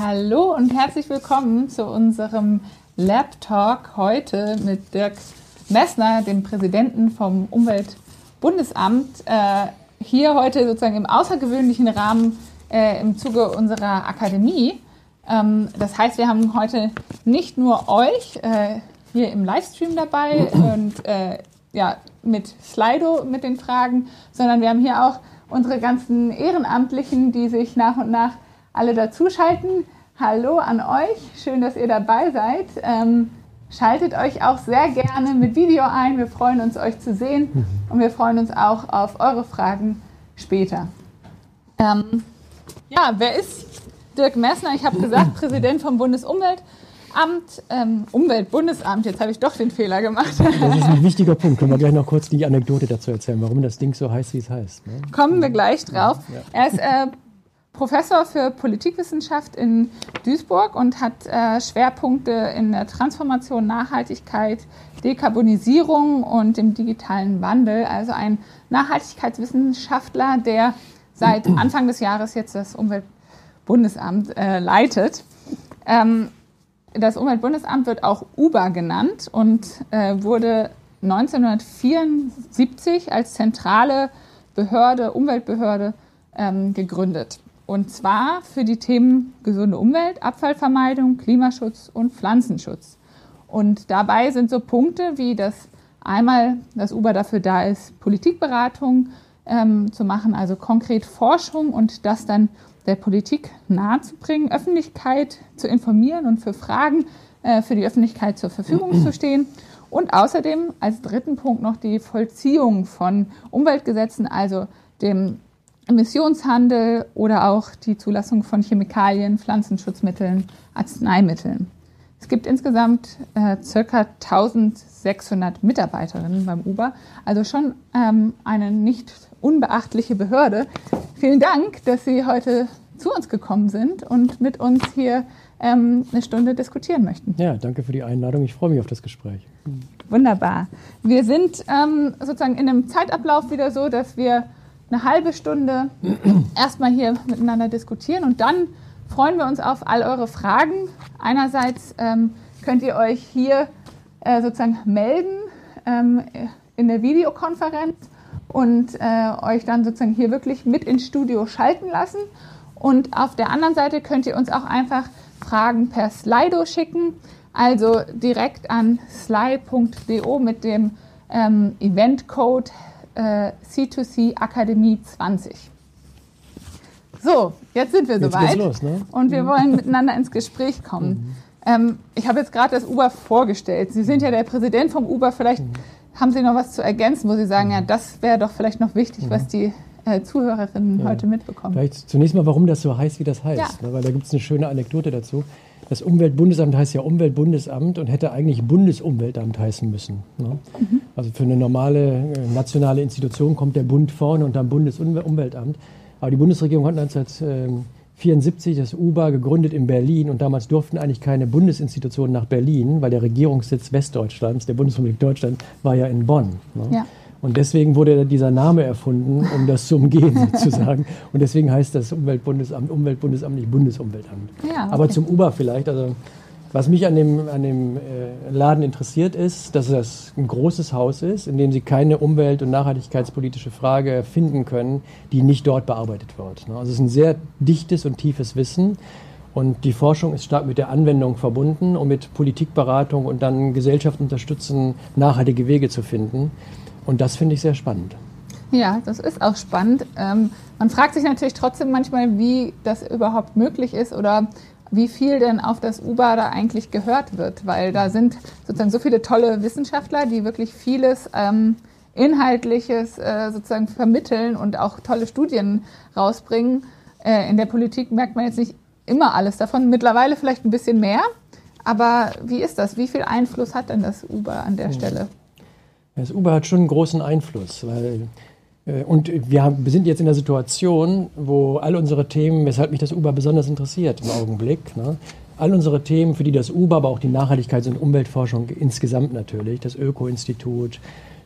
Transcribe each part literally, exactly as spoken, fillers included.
Hallo und herzlich willkommen zu unserem Lab Talk heute mit Dirk Messner, dem Präsidenten vom Umweltbundesamt. Äh, hier heute sozusagen im außergewöhnlichen Rahmen äh, im Zuge unserer Akademie. Ähm, das heißt, wir haben heute nicht nur euch äh, hier im Livestream dabei und äh, ja, mit Slido mit den Fragen, sondern wir haben hier auch unsere ganzen Ehrenamtlichen, die sich nach und nach alle dazuschalten. Hallo an euch, schön, dass ihr dabei seid. Ähm, schaltet euch auch sehr gerne mit Video ein. Wir freuen uns, euch zu sehen und wir freuen uns auch auf eure Fragen später. Ähm, ja, wer ist Dirk Messner? Ich habe gesagt, Präsident vom Bundesumweltamt, ähm, Umweltbundesamt. Jetzt habe ich doch den Fehler gemacht. Das ist ein wichtiger Punkt. Können wir gleich noch kurz die Anekdote dazu erzählen, warum das Ding so heißt, wie es heißt. Ne? Kommen wir gleich drauf. Ja. Er ist äh, Professor für Politikwissenschaft in Duisburg und hat äh, Schwerpunkte in der Transformation, Nachhaltigkeit, Dekarbonisierung und dem digitalen Wandel. Also ein Nachhaltigkeitswissenschaftler, der seit Anfang des Jahres jetzt das Umweltbundesamt äh, leitet. Ähm, das Umweltbundesamt wird auch U B A genannt und äh, wurde neunzehnhundertvierundsiebzig als zentrale Behörde, Umweltbehörde ähm, gegründet. Und zwar für die Themen gesunde Umwelt, Abfallvermeidung, Klimaschutz und Pflanzenschutz. Und dabei sind so Punkte wie, dass einmal das U B A dafür da ist, Politikberatung ähm, zu machen, also konkret Forschung und das dann der Politik nahezubringen, Öffentlichkeit zu informieren und für Fragen äh, für die Öffentlichkeit zur Verfügung zu stehen. Und außerdem als dritten Punkt noch die Vollziehung von Umweltgesetzen, also dem Emissionshandel oder auch die Zulassung von Chemikalien, Pflanzenschutzmitteln, Arzneimitteln. Es gibt insgesamt äh, ca. eintausendsechshundert Mitarbeiterinnen beim U B A, also schon ähm, eine nicht unbeachtliche Behörde. Vielen Dank, dass Sie heute zu uns gekommen sind und mit uns hier ähm, eine Stunde diskutieren möchten. Ja, danke für die Einladung. Ich freue mich auf das Gespräch. Wunderbar. Wir sind ähm, sozusagen in einem Zeitablauf wieder so, dass wir eine halbe Stunde erstmal hier miteinander diskutieren und dann freuen wir uns auf all eure Fragen. Einerseits ähm, könnt ihr euch hier äh, sozusagen melden ähm, in der Videokonferenz und äh, euch dann sozusagen hier wirklich mit ins Studio schalten lassen. Und auf der anderen Seite könnt ihr uns auch einfach Fragen per Slido schicken, also direkt an sly punkt do mit dem ähm, Eventcode C zwei C Akademie zwanzig. So, jetzt sind wir soweit. Jetzt geht's los, ne? Und wir wollen miteinander ins Gespräch kommen. Mhm. Ähm, ich habe jetzt gerade das U B A vorgestellt. Sie sind ja der Präsident vom U B A. Vielleicht mhm. haben Sie noch was zu ergänzen, wo Sie sagen, ja, das wäre doch vielleicht noch wichtig, mhm. was die äh, Zuhörerinnen ja. heute mitbekommen. Vielleicht zunächst mal, warum das so heißt, wie das heißt. Ja. Ne? Weil da gibt es eine schöne Anekdote dazu. Das Umweltbundesamt heißt ja Umweltbundesamt und hätte eigentlich Bundesumweltamt heißen müssen. Ne? Mhm. Also für eine normale äh, nationale Institution kommt der Bund vorne und dann Bundesumweltamt. Aber die Bundesregierung hat neunzehnhundertvierundsiebzig das U B A gegründet in Berlin und damals durften eigentlich keine Bundesinstitutionen nach Berlin, weil der Regierungssitz Westdeutschlands, der Bundesrepublik Deutschland, war ja in Bonn. Ne? Ja. Und deswegen wurde dieser Name erfunden, um das zu umgehen sozusagen. Und deswegen heißt das Umweltbundesamt Umweltbundesamt, nicht Bundesumweltamt. Ja, okay. Aber zum U B A vielleicht. Also was mich an dem, an dem äh, Laden interessiert ist, dass das ein großes Haus ist, in dem Sie keine umwelt- und nachhaltigkeitspolitische Frage finden können, die nicht dort bearbeitet wird. Also es ist ein sehr dichtes und tiefes Wissen. Und die Forschung ist stark mit der Anwendung verbunden und mit Politikberatung und dann Gesellschaft unterstützen, nachhaltige Wege zu finden. Und das finde ich sehr spannend. Ja, das ist auch spannend. Ähm, man fragt sich natürlich trotzdem manchmal, wie das überhaupt möglich ist oder wie viel denn auf das U B A da eigentlich gehört wird, weil da sind sozusagen so viele tolle Wissenschaftler, die wirklich vieles ähm, Inhaltliches äh, sozusagen vermitteln und auch tolle Studien rausbringen. Äh, in der Politik merkt man jetzt nicht immer alles davon, mittlerweile vielleicht ein bisschen mehr. Aber wie ist das? Wie viel Einfluss hat denn das U B A an der ja. Stelle? Das U B A hat schon einen großen Einfluss, weil äh, und wir, haben, wir sind jetzt in der Situation, wo all unsere Themen, weshalb mich das U B A besonders interessiert im Augenblick, ne, all unsere Themen, für die das U B A, aber auch die Nachhaltigkeits- und Umweltforschung insgesamt natürlich, das Öko-Institut,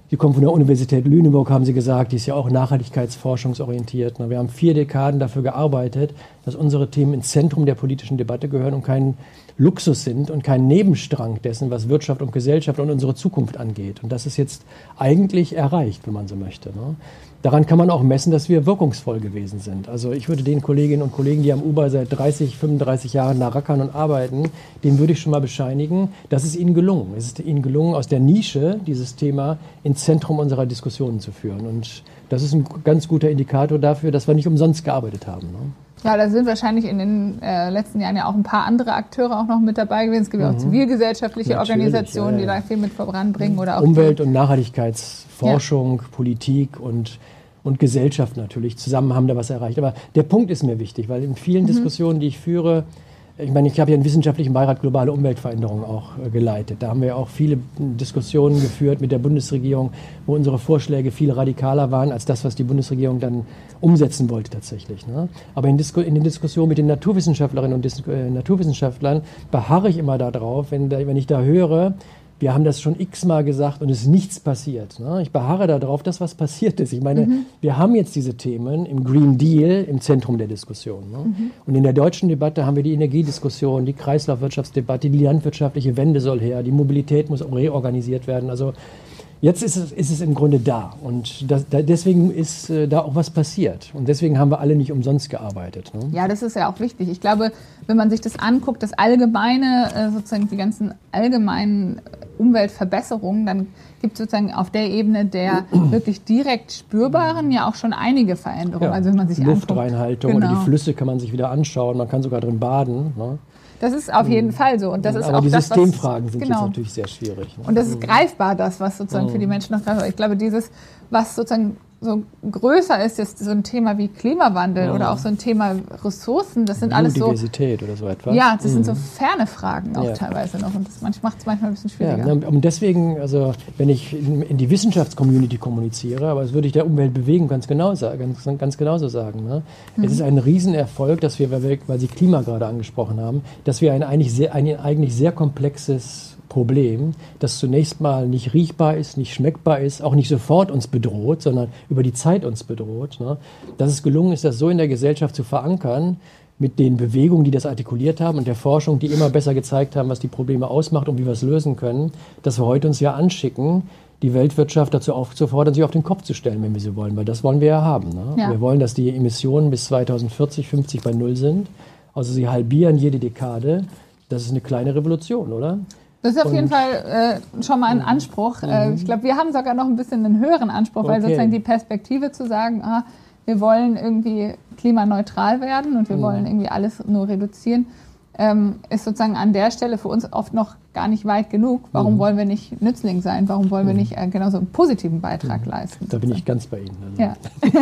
Sie kommen von der Universität Lüneburg, haben Sie gesagt, die ist ja auch nachhaltigkeitsforschungsorientiert. Wir haben vier Dekaden dafür gearbeitet, dass unsere Themen ins Zentrum der politischen Debatte gehören und kein Luxus sind und kein Nebenstrang dessen, was Wirtschaft und Gesellschaft und unsere Zukunft angeht. Und das ist jetzt eigentlich erreicht, wenn man so möchte. Daran kann man auch messen, dass wir wirkungsvoll gewesen sind. Also ich würde den Kolleginnen und Kollegen, die am U B A seit dreißig, fünfunddreißig Jahren da rackern und arbeiten, denen würde ich schon mal bescheinigen, dass es ihnen gelungen. Es ist ihnen gelungen, aus der Nische dieses Thema ins Zentrum unserer Diskussionen zu führen. Und das ist ein ganz guter Indikator dafür, dass wir nicht umsonst gearbeitet haben. Ne? Ja, da sind wahrscheinlich in den äh, letzten Jahren ja auch ein paar andere Akteure auch noch mit dabei gewesen. Es gibt ja mhm. auch zivilgesellschaftliche Natürlich, Organisationen, ja, ja. die da viel mit voranbringen. Oder auch Umwelt- und Nachhaltigkeitsforschung, ja. Politik und, und Gesellschaft natürlich. Zusammen haben da was erreicht. Aber der Punkt ist mir wichtig, weil in vielen mhm. Diskussionen, die ich führe, ich meine, ich habe ja einen wissenschaftlichen Beirat Globale Umweltveränderung auch äh, geleitet. Da haben wir auch viele Diskussionen geführt mit der Bundesregierung, wo unsere Vorschläge viel radikaler waren als das, was die Bundesregierung dann umsetzen wollte tatsächlich. Ne? Aber in, Disku- in den Diskussionen mit den Naturwissenschaftlerinnen und Dis- äh, Naturwissenschaftlern beharre ich immer darauf, wenn, da, wenn ich da höre, wir haben das schon x-mal gesagt und es ist nichts passiert. Ne? Ich beharre darauf, dass was passiert ist. Ich meine, mhm. wir haben jetzt diese Themen im Green Deal im Zentrum der Diskussion. Ne? Mhm. Und in der deutschen Debatte haben wir die Energiediskussion, die Kreislaufwirtschaftsdebatte, die landwirtschaftliche Wende soll her, die Mobilität muss reorganisiert werden. Also jetzt ist es, ist es im Grunde da. Und das, da, deswegen ist äh, da auch was passiert. Und deswegen haben wir alle nicht umsonst gearbeitet. Ne? Ja, das ist ja auch wichtig. Ich glaube, wenn man sich das anguckt, das allgemeine, äh, sozusagen die ganzen allgemeinen Umweltverbesserungen, dann gibt es sozusagen auf der Ebene der wirklich direkt spürbaren ja auch schon einige Veränderungen. Ja, also wenn man sich Luftreinhaltung anguckt, genau. oder die Flüsse kann man sich wieder anschauen. Man kann sogar drin baden. Ne? Das ist auf jeden Fall so. Und das ist Aber auch die das, Systemfragen was, sind genau. jetzt natürlich sehr schwierig. Ne? Und das ist greifbar, das, was sozusagen mhm. für die Menschen noch greifbar ist. Ich glaube, dieses, was sozusagen so größer ist, ist so ein Thema wie Klimawandel mhm. oder auch so ein Thema Ressourcen, das sind alles so... Biodiversität oder so etwas. Ja, das mhm. sind so ferne Fragen auch ja. teilweise noch und das macht es manchmal ein bisschen schwieriger. Ja, und deswegen, also wenn ich in, in die Wissenschaftscommunity kommuniziere, aber das würde ich der Umweltbewegung ganz, genau, ganz, ganz genauso sagen. Ne? Mhm. Es ist ein Riesenerfolg, dass wir, weil Sie Klima gerade angesprochen haben, dass wir ein eigentlich sehr, ein eigentlich sehr komplexes Problem, das zunächst mal nicht riechbar ist, nicht schmeckbar ist, auch nicht sofort uns bedroht, sondern über die Zeit uns bedroht. Ne? Dass es gelungen ist, das so in der Gesellschaft zu verankern, mit den Bewegungen, die das artikuliert haben und der Forschung, die immer besser gezeigt haben, was die Probleme ausmacht und wie wir es lösen können, dass wir heute uns ja anschicken, die Weltwirtschaft dazu aufzufordern, sich auf den Kopf zu stellen, wenn wir sie wollen, weil das wollen wir ja haben. Ne? Ja. Wir wollen, dass die Emissionen bis zweitausendvierzig, fünfzig bei Null sind, also sie halbieren jede Dekade. Das ist eine kleine Revolution, oder? Das ist auf und, jeden Fall äh, schon mal ein Anspruch. Mhm. Äh, ich glaube, wir haben sogar noch ein bisschen einen höheren Anspruch, okay. weil sozusagen die Perspektive zu sagen, ah, wir wollen irgendwie klimaneutral werden und wir mhm. wollen irgendwie alles nur reduzieren, ähm, ist sozusagen an der Stelle für uns oft noch gar nicht weit genug. Warum mhm. wollen wir nicht Nützling sein? Warum wollen wir nicht äh, genauso einen positiven Beitrag mhm. leisten? Da bin ich ganz bei Ihnen. Also. Ja.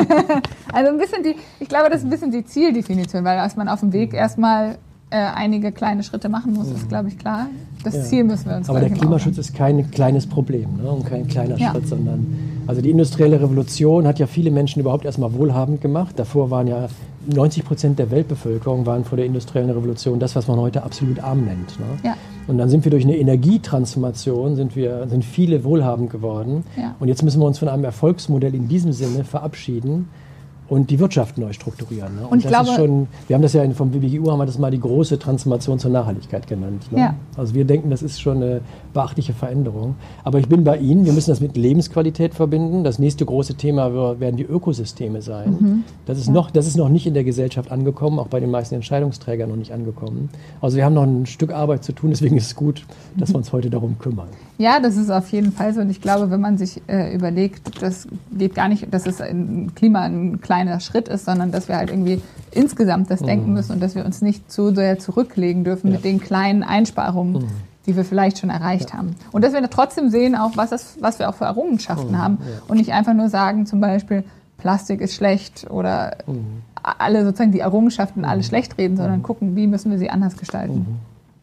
Also ein bisschen die, ich glaube, das ist ein bisschen die Zieldefinition, weil als man auf dem Weg erstmal Äh, einige kleine Schritte machen muss, ist, glaube ich, klar. Das ja. Ziel müssen wir uns Aber der Klimaschutz ist kein kleines Problem, ne? Und kein kleiner ja. Schritt, sondern also die industrielle Revolution hat ja viele Menschen überhaupt erstmal wohlhabend gemacht. Davor waren ja neunzig Prozent der Weltbevölkerung waren vor der industriellen Revolution das, was man heute absolut arm nennt. Ne? Ja. Und dann sind wir durch eine Energietransformation, sind, wir, sind viele wohlhabend geworden. Ja. Und jetzt müssen wir uns von einem Erfolgsmodell in diesem Sinne verabschieden und die Wirtschaft neu strukturieren. Ne? Und, und das glaube, ist schon, wir haben das ja vom W B G U haben wir das mal die große Transformation zur Nachhaltigkeit genannt. Ne? Ja. Also wir denken, das ist schon eine beachtliche Veränderung. Aber ich bin bei Ihnen, wir müssen das mit Lebensqualität verbinden. Das nächste große Thema werden die Ökosysteme sein. Mhm. Das ist, ja. noch, das ist noch nicht in der Gesellschaft angekommen, auch bei den meisten Entscheidungsträgern noch nicht angekommen. Also wir haben noch ein Stück Arbeit zu tun, deswegen ist es gut, dass wir uns heute darum kümmern. Ja, das ist auf jeden Fall so. Und ich glaube, wenn man sich äh, überlegt, das geht gar nicht, dass es ein Klima ein kleiner Schritt ist, sondern dass wir halt irgendwie insgesamt das mhm. denken müssen und dass wir uns nicht zu sehr zurücklegen dürfen ja. mit den kleinen Einsparungen, mhm. die wir vielleicht schon erreicht ja. haben. Und dass wir trotzdem sehen, auch was, das, was wir auch für Errungenschaften mhm. haben ja. und nicht einfach nur sagen, zum Beispiel, Plastik ist schlecht oder mhm. alle sozusagen die Errungenschaften alle mhm. schlecht reden, sondern mhm. gucken, wie müssen wir sie anders gestalten. Mhm.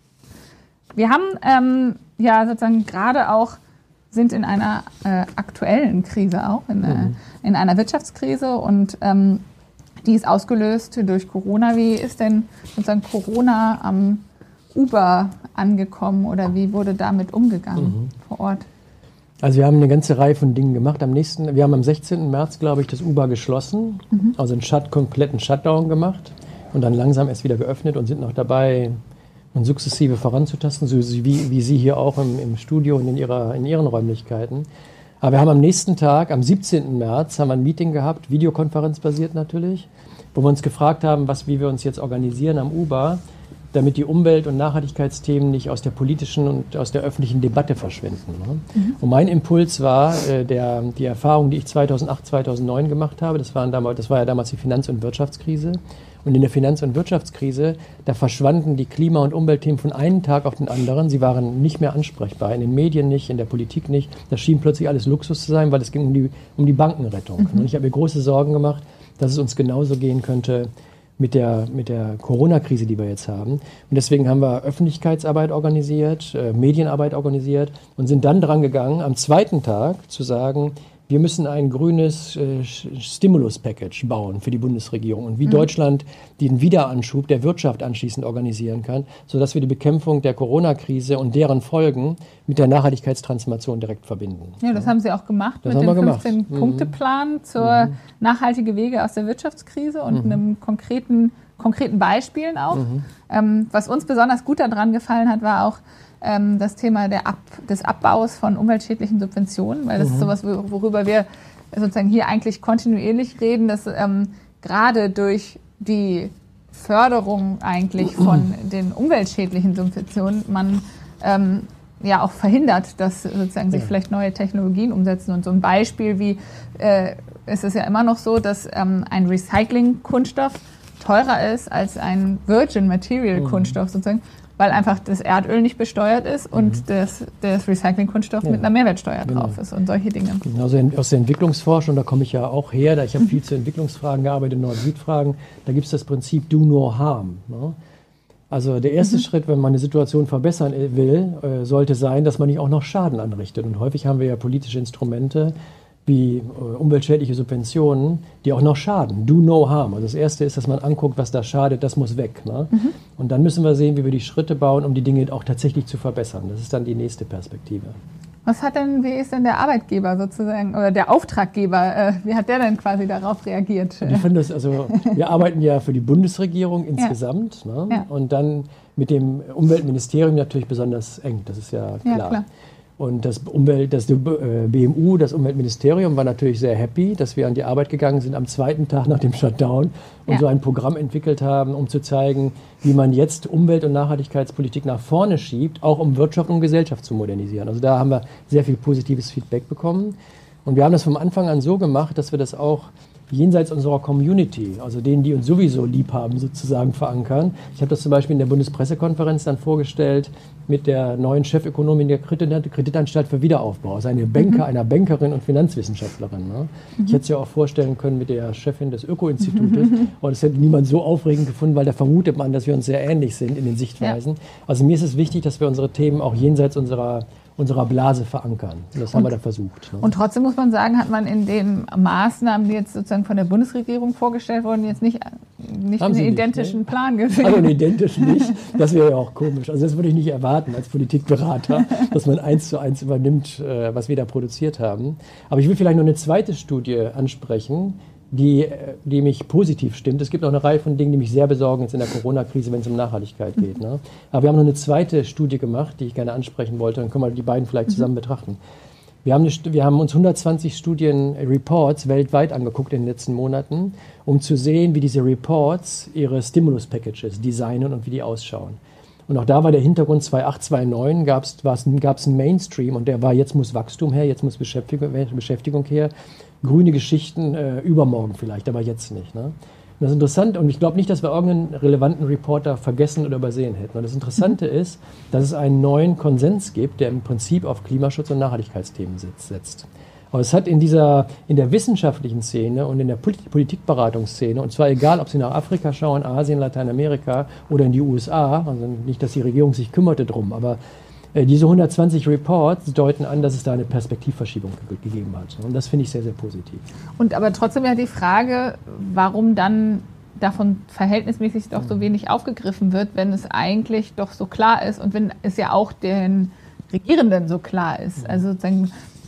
Wir haben ähm, ja sozusagen gerade auch, sind in einer äh, aktuellen Krise auch, in, mhm. äh, in einer Wirtschaftskrise und ähm, die ist ausgelöst durch Corona. Wie ist denn sozusagen Corona am Uber angekommen oder wie wurde damit umgegangen mhm. vor Ort? Also wir haben eine ganze Reihe von Dingen gemacht. Am nächsten, wir haben am sechzehnten März, glaube ich, das U B A geschlossen, mhm. also einen Shut, kompletten Shutdown gemacht und dann langsam erst wieder geöffnet und sind noch dabei, uns sukzessive voranzutasten, so wie, wie Sie hier auch im, im Studio und in, ihrer, in Ihren Räumlichkeiten. Aber wir haben am nächsten Tag, am siebzehnten März, haben wir ein Meeting gehabt, videokonferenzbasiert natürlich, wo wir uns gefragt haben, was, wie wir uns jetzt organisieren am U B A, damit die Umwelt- und Nachhaltigkeitsthemen nicht aus der politischen und aus der öffentlichen Debatte verschwinden. Ne? Mhm. Und mein Impuls war äh, der, die Erfahrung, die ich zweitausendacht, zweitausendneun gemacht habe. Das, waren damals, das war ja damals die Finanz- und Wirtschaftskrise. Und in der Finanz- und Wirtschaftskrise, da verschwanden die Klima- und Umweltthemen von einem Tag auf den anderen. Sie waren nicht mehr ansprechbar, in den Medien nicht, in der Politik nicht. Das schien plötzlich alles Luxus zu sein, weil es ging um die, um die Bankenrettung. Mhm. Und ich habe mir große Sorgen gemacht, dass es uns genauso gehen könnte mit der, mit der Corona-Krise, die wir jetzt haben. Und deswegen haben wir Öffentlichkeitsarbeit organisiert, äh, Medienarbeit organisiert und sind dann dran gegangen, am zweiten Tag zu sagen, wir müssen ein grünes äh, Stimulus-Package bauen für die Bundesregierung und wie mhm. Deutschland den Wiederanschub der Wirtschaft anschließend organisieren kann, sodass wir die Bekämpfung der Corona-Krise und deren Folgen mit der Nachhaltigkeitstransformation direkt verbinden. Ja, das ja. haben Sie auch gemacht das mit dem fünfzehn-Punkte-Plan mhm. zur mhm. nachhaltigen Wege aus der Wirtschaftskrise und mhm. einem konkreten, konkreten Beispielen auch. Mhm. Ähm, was uns besonders gut daran gefallen hat, war auch ähm, das Thema der Ab, des Abbaus von umweltschädlichen Subventionen, weil das mhm. ist sowas, worüber wir sozusagen hier eigentlich kontinuierlich reden, dass ähm, gerade durch die Förderung eigentlich von den umweltschädlichen Subventionen man ähm, ja auch verhindert, dass sozusagen sich ja. vielleicht neue Technologien umsetzen. Und so ein Beispiel wie, äh, es ist ja immer noch so, dass ähm, ein Recycling-Kunststoff teurer ist als ein Virgin Material Kunststoff sozusagen, weil einfach das Erdöl nicht besteuert ist und mhm. das, das Recycling-Kunststoff ja. mit einer Mehrwertsteuer genau. drauf ist und solche Dinge. Also aus der Entwicklungsforschung, da komme ich ja auch her, da ich habe viel zu Entwicklungsfragen gearbeitet, Nord-Süd-Fragen, da gibt es das Prinzip Do No Harm. Ne? Also der erste mhm. Schritt, wenn man eine Situation verbessern will, äh, sollte sein, dass man nicht auch noch Schaden anrichtet. Und häufig haben wir ja politische Instrumente, wie äh, umweltschädliche Subventionen, die auch noch schaden. Do no harm. Also das Erste ist, dass man anguckt, was da schadet, das muss weg. Ne? Mhm. Und dann müssen wir sehen, wie wir die Schritte bauen, um die Dinge auch tatsächlich zu verbessern. Das ist dann die nächste Perspektive. Was hat denn, wie ist denn der Arbeitgeber sozusagen, oder der Auftraggeber, äh, wie hat der denn quasi darauf reagiert? Ich finde das, also wir arbeiten ja für die Bundesregierung insgesamt, ja. Ne? Ja. Und dann mit dem Umweltministerium natürlich besonders eng, das ist ja klar. Ja, klar. Und das Umwelt, das B M U, das Umweltministerium, war natürlich sehr happy, dass wir an die Arbeit gegangen sind am zweiten Tag nach dem Shutdown und ja. so ein Programm entwickelt haben, um zu zeigen, wie man jetzt Umwelt- und Nachhaltigkeitspolitik nach vorne schiebt, auch um Wirtschaft und Gesellschaft zu modernisieren. Also da haben wir sehr viel positives Feedback bekommen. Und wir haben das vom Anfang an so gemacht, dass wir das auch jenseits unserer Community, also denen, die uns sowieso lieb haben, sozusagen verankern. Ich habe das zum Beispiel in der Bundespressekonferenz dann vorgestellt mit der neuen Chefökonomin der Kreditanstalt für Wiederaufbau, also eine Banker, mhm. einer Bankerin und Finanzwissenschaftlerin. Ne? Mhm. Ich hätte es ja auch vorstellen können mit der Chefin des Öko-Institutes, mhm. aber das hätte niemand so aufregend gefunden, weil da vermutet man, dass wir uns sehr ähnlich sind in den Sichtweisen. Ja. Also mir ist es wichtig, dass wir unsere Themen auch jenseits unserer unserer Blase verankern. Und das und, haben wir da versucht. Ne? Und trotzdem muss man sagen, hat man in den Maßnahmen, die jetzt sozusagen von der Bundesregierung vorgestellt wurden, jetzt nicht, nicht einen identischen nicht, ne? Plan gesehen. Also einen identischen nicht. Das wäre ja auch komisch. Also das würde ich nicht erwarten als Politikberater, dass man eins zu eins übernimmt, was wir da produziert haben. Aber ich will vielleicht noch eine zweite Studie ansprechen, die, die mich positiv stimmt. Es gibt noch eine Reihe von Dingen, die mich sehr besorgen jetzt in der Corona-Krise, wenn es um Nachhaltigkeit geht. Ne? Aber wir haben noch eine zweite Studie gemacht, die ich gerne ansprechen wollte. Dann können wir die beiden vielleicht zusammen betrachten. Wir haben, eine, wir haben uns hundertzwanzig Studien-Reports weltweit angeguckt in den letzten Monaten, um zu sehen, wie diese Reports ihre Stimulus-Packages designen und wie die ausschauen. Und auch da war der Hintergrund zweitausendacht, zweitausendneun, gab es einen Mainstream und der war, jetzt muss Wachstum her, jetzt muss Beschäftigung, Beschäftigung her. Grüne Geschichten äh, übermorgen vielleicht, aber jetzt nicht. Ne? Und das ist interessant und ich glaube nicht, dass wir irgendeinen relevanten Reporter vergessen oder übersehen hätten. Und das Interessante mhm. ist, dass es einen neuen Konsens gibt, der im Prinzip auf Klimaschutz und Nachhaltigkeitsthemen setzt. Aber es hat in dieser, in der wissenschaftlichen Szene und in der Polit- Politikberatungsszene, und zwar egal, ob Sie nach Afrika schauen, Asien, Lateinamerika oder in die U S A, also nicht, dass die Regierung sich kümmerte drum, aber diese hundertzwanzig Reports deuten an, dass es da eine Perspektivverschiebung ge- gegeben hat. Und das finde ich sehr, sehr positiv. Und aber trotzdem ja die Frage, warum dann davon verhältnismäßig doch so wenig aufgegriffen wird, wenn es eigentlich doch so klar ist und wenn es ja auch den Regierenden so klar ist. Also sozusagen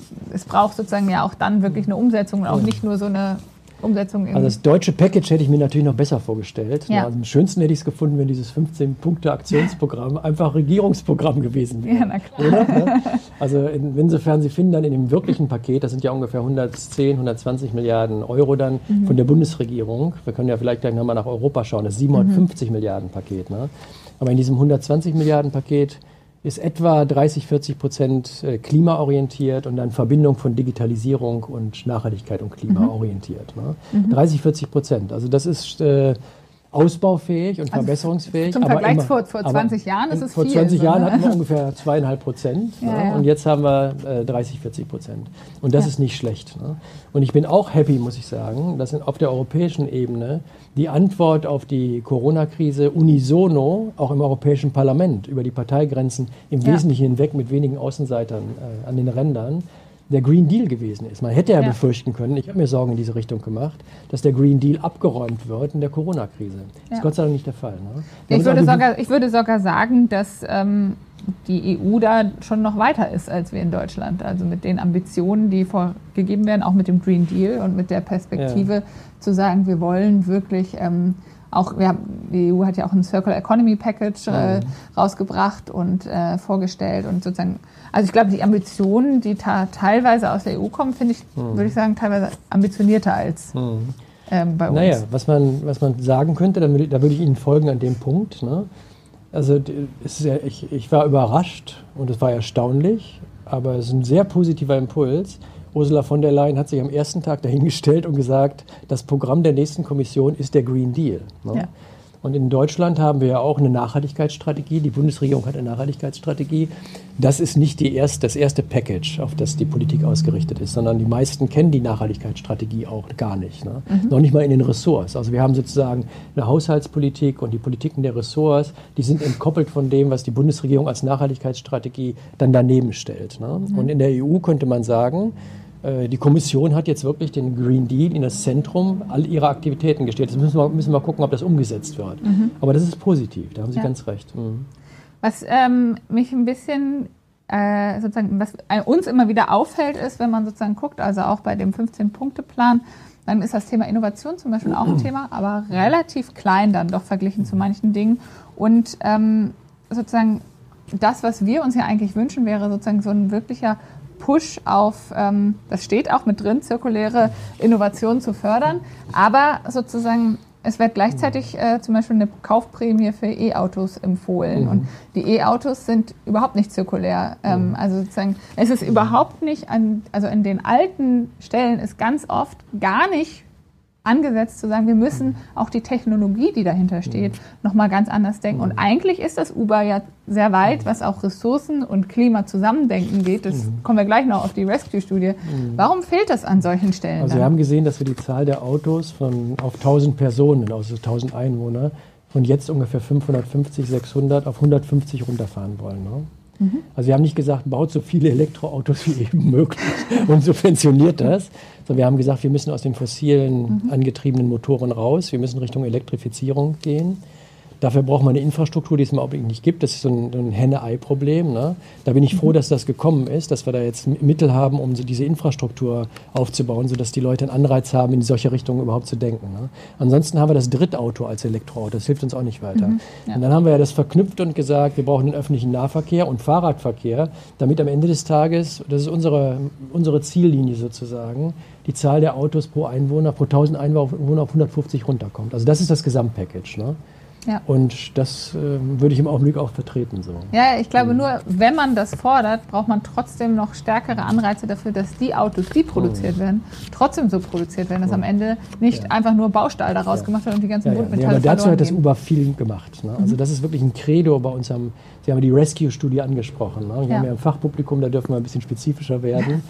es braucht sozusagen ja auch dann wirklich eine Umsetzung und auch nicht nur so eine Umsetzung. Also das deutsche Package hätte ich mir natürlich noch besser vorgestellt. Ja. Also am schönsten hätte ich es gefunden, wenn dieses fünfzehn-Punkte-Aktionsprogramm einfach Regierungsprogramm gewesen wäre. Ja, na klar. Oder? Also in, insofern, Sie finden dann in dem wirklichen Paket, das sind ja ungefähr hundertzehn, hundertzwanzig Milliarden Euro dann mhm. von der Bundesregierung. Wir können ja vielleicht gleich nochmal nach Europa schauen, das siebenhundertfünfzig mhm. Milliarden Paket. Ne? Aber in diesem hundertzwanzig Milliarden Paket ist etwa dreißig, vierzig Prozent klimaorientiert und dann Verbindung von Digitalisierung und Nachhaltigkeit und Klima mhm. orientiert. Ne? Mhm. dreißig, vierzig Prozent. Also das ist äh, ausbaufähig und also verbesserungsfähig. Zum Vergleich immer, vor, vor zwanzig Jahren ist es vor viel. Vor zwanzig so, Jahren ne? hatten wir ungefähr zweieinhalb Prozent ja, ne? ja. Und jetzt haben wir äh, dreißig, vierzig Prozent. Und das ja. ist nicht schlecht. Ne? Und ich bin auch happy, muss ich sagen, dass auf der europäischen Ebene die Antwort auf die Corona-Krise unisono auch im Europäischen Parlament über die Parteigrenzen im ja. Wesentlichen hinweg mit wenigen Außenseitern äh, an den Rändern der Green Deal gewesen ist. Man hätte ja, ja. befürchten können, ich habe mir Sorgen in diese Richtung gemacht, dass der Green Deal abgeräumt wird in der Corona-Krise. Das ja. ist Gott sei Dank nicht der Fall. Ne? Ich, würde sogar, ich würde sogar sagen, dass ähm, die E U da schon noch weiter ist als wir in Deutschland. Also mit den Ambitionen, die vorgegeben werden, auch mit dem Green Deal und mit der Perspektive ja. zu sagen, wir wollen wirklich... Ähm, Auch, ja, die E U hat ja auch ein Circular Economy Package äh, rausgebracht und äh, vorgestellt und sozusagen, also ich glaube, die Ambitionen, die ta- teilweise aus der E U kommen, finde ich, mhm. würde ich sagen, teilweise ambitionierter als mhm. ähm, bei uns. Naja, was man, was man sagen könnte, da würde, da würde ich Ihnen folgen an dem Punkt. Ne? Also es ist ja, ich, ich war überrascht und es war erstaunlich, aber es ist ein sehr positiver Impuls. Ursula von der Leyen hat sich am ersten Tag dahingestellt und gesagt, das Programm der nächsten Kommission ist der Green Deal. Ne? Ja. Und in Deutschland haben wir ja auch eine Nachhaltigkeitsstrategie. Die Bundesregierung hat eine Nachhaltigkeitsstrategie. Das ist nicht die erste, das erste Package, auf das die Politik ausgerichtet ist, sondern die meisten kennen die Nachhaltigkeitsstrategie auch gar nicht. Ne? Mhm. Noch nicht mal in den Ressorts. Also wir haben sozusagen eine Haushaltspolitik und die Politiken der Ressorts, die sind entkoppelt von dem, was die Bundesregierung als Nachhaltigkeitsstrategie dann daneben stellt. Ne? Mhm. Und in der E U könnte man sagen, die Kommission hat jetzt wirklich den Green Deal in das Zentrum all ihrer Aktivitäten gestellt. Jetzt müssen wir, müssen wir gucken, ob das umgesetzt wird. Mhm. Aber das ist positiv, da haben Sie ja. ganz recht. Mhm. Was ähm, mich ein bisschen, äh, sozusagen, was uns immer wieder auffällt, ist, wenn man sozusagen guckt, also auch bei dem fünfzehn-Punkte-Plan, dann ist das Thema Innovation zum Beispiel auch ein Thema, aber relativ klein dann doch verglichen zu manchen Dingen. Und ähm, sozusagen das, was wir uns ja eigentlich wünschen, wäre sozusagen so ein wirklicher Push auf, ähm, das steht auch mit drin, zirkuläre Innovation zu fördern, aber sozusagen es wird gleichzeitig äh, zum Beispiel eine Kaufprämie für E-Autos empfohlen mhm. und die E-Autos sind überhaupt nicht zirkulär. Ähm, mhm. Also sozusagen, es ist überhaupt nicht, an, also in den alten Stellen ist ganz oft gar nicht angesetzt zu sagen, wir müssen auch die Technologie, die dahinter steht, mhm. nochmal ganz anders denken. Und eigentlich ist das Uber ja sehr weit, was auch Ressourcen und Klima zusammendenken geht. Das mhm. kommen wir gleich noch auf die Rescue-Studie. Mhm. Warum fehlt das an solchen Stellen? Also dann? wir haben gesehen, dass wir die Zahl der Autos von auf tausend Personen, also tausend Einwohner, von jetzt ungefähr fünfhundertfünfzig, sechshundert auf hundertfünfzig runterfahren wollen. Ne? Mhm. Also wir haben nicht gesagt, baut so viele Elektroautos wie eben möglich und subventioniert das, sondern wir haben gesagt, wir müssen aus den fossilen mhm. angetriebenen Motoren raus, wir müssen Richtung Elektrifizierung gehen. Dafür braucht man eine Infrastruktur, die es im Augenblick nicht gibt. Das ist so ein, ein Henne-Ei-Problem. Ne? Da bin ich froh, dass das gekommen ist, dass wir da jetzt Mittel haben, um so diese Infrastruktur aufzubauen, sodass die Leute einen Anreiz haben, in solche Richtungen überhaupt zu denken. Ne? Ansonsten haben wir das Drittauto als Elektroauto. Das hilft uns auch nicht weiter. Mhm, ja. Und dann haben wir ja das verknüpft und gesagt, wir brauchen den öffentlichen Nahverkehr und Fahrradverkehr, damit am Ende des Tages, das ist unsere, unsere Ziellinie sozusagen, die Zahl der Autos pro Einwohner, pro tausend Einwohner auf hundertfünfzig runterkommt. Also das ist das Gesamtpackage. Ne? Ja. Und das äh, würde ich im Augenblick auch vertreten. So. Ja, ich glaube, nur wenn man das fordert, braucht man trotzdem noch stärkere Anreize dafür, dass die Autos, die produziert werden, trotzdem so produziert werden, dass am Ende nicht ja. einfach nur Baustahl daraus ja. gemacht wird und die ganzen ja, ja. Buntmetalle ja, aber dazu hat das gehen. Uber viel gemacht. Ne? Also mhm. das ist wirklich ein Credo bei uns. Haben, Sie haben die Rescue-Studie angesprochen. Ne? Wir ja. haben ja ein Fachpublikum, da dürfen wir ein bisschen spezifischer werden.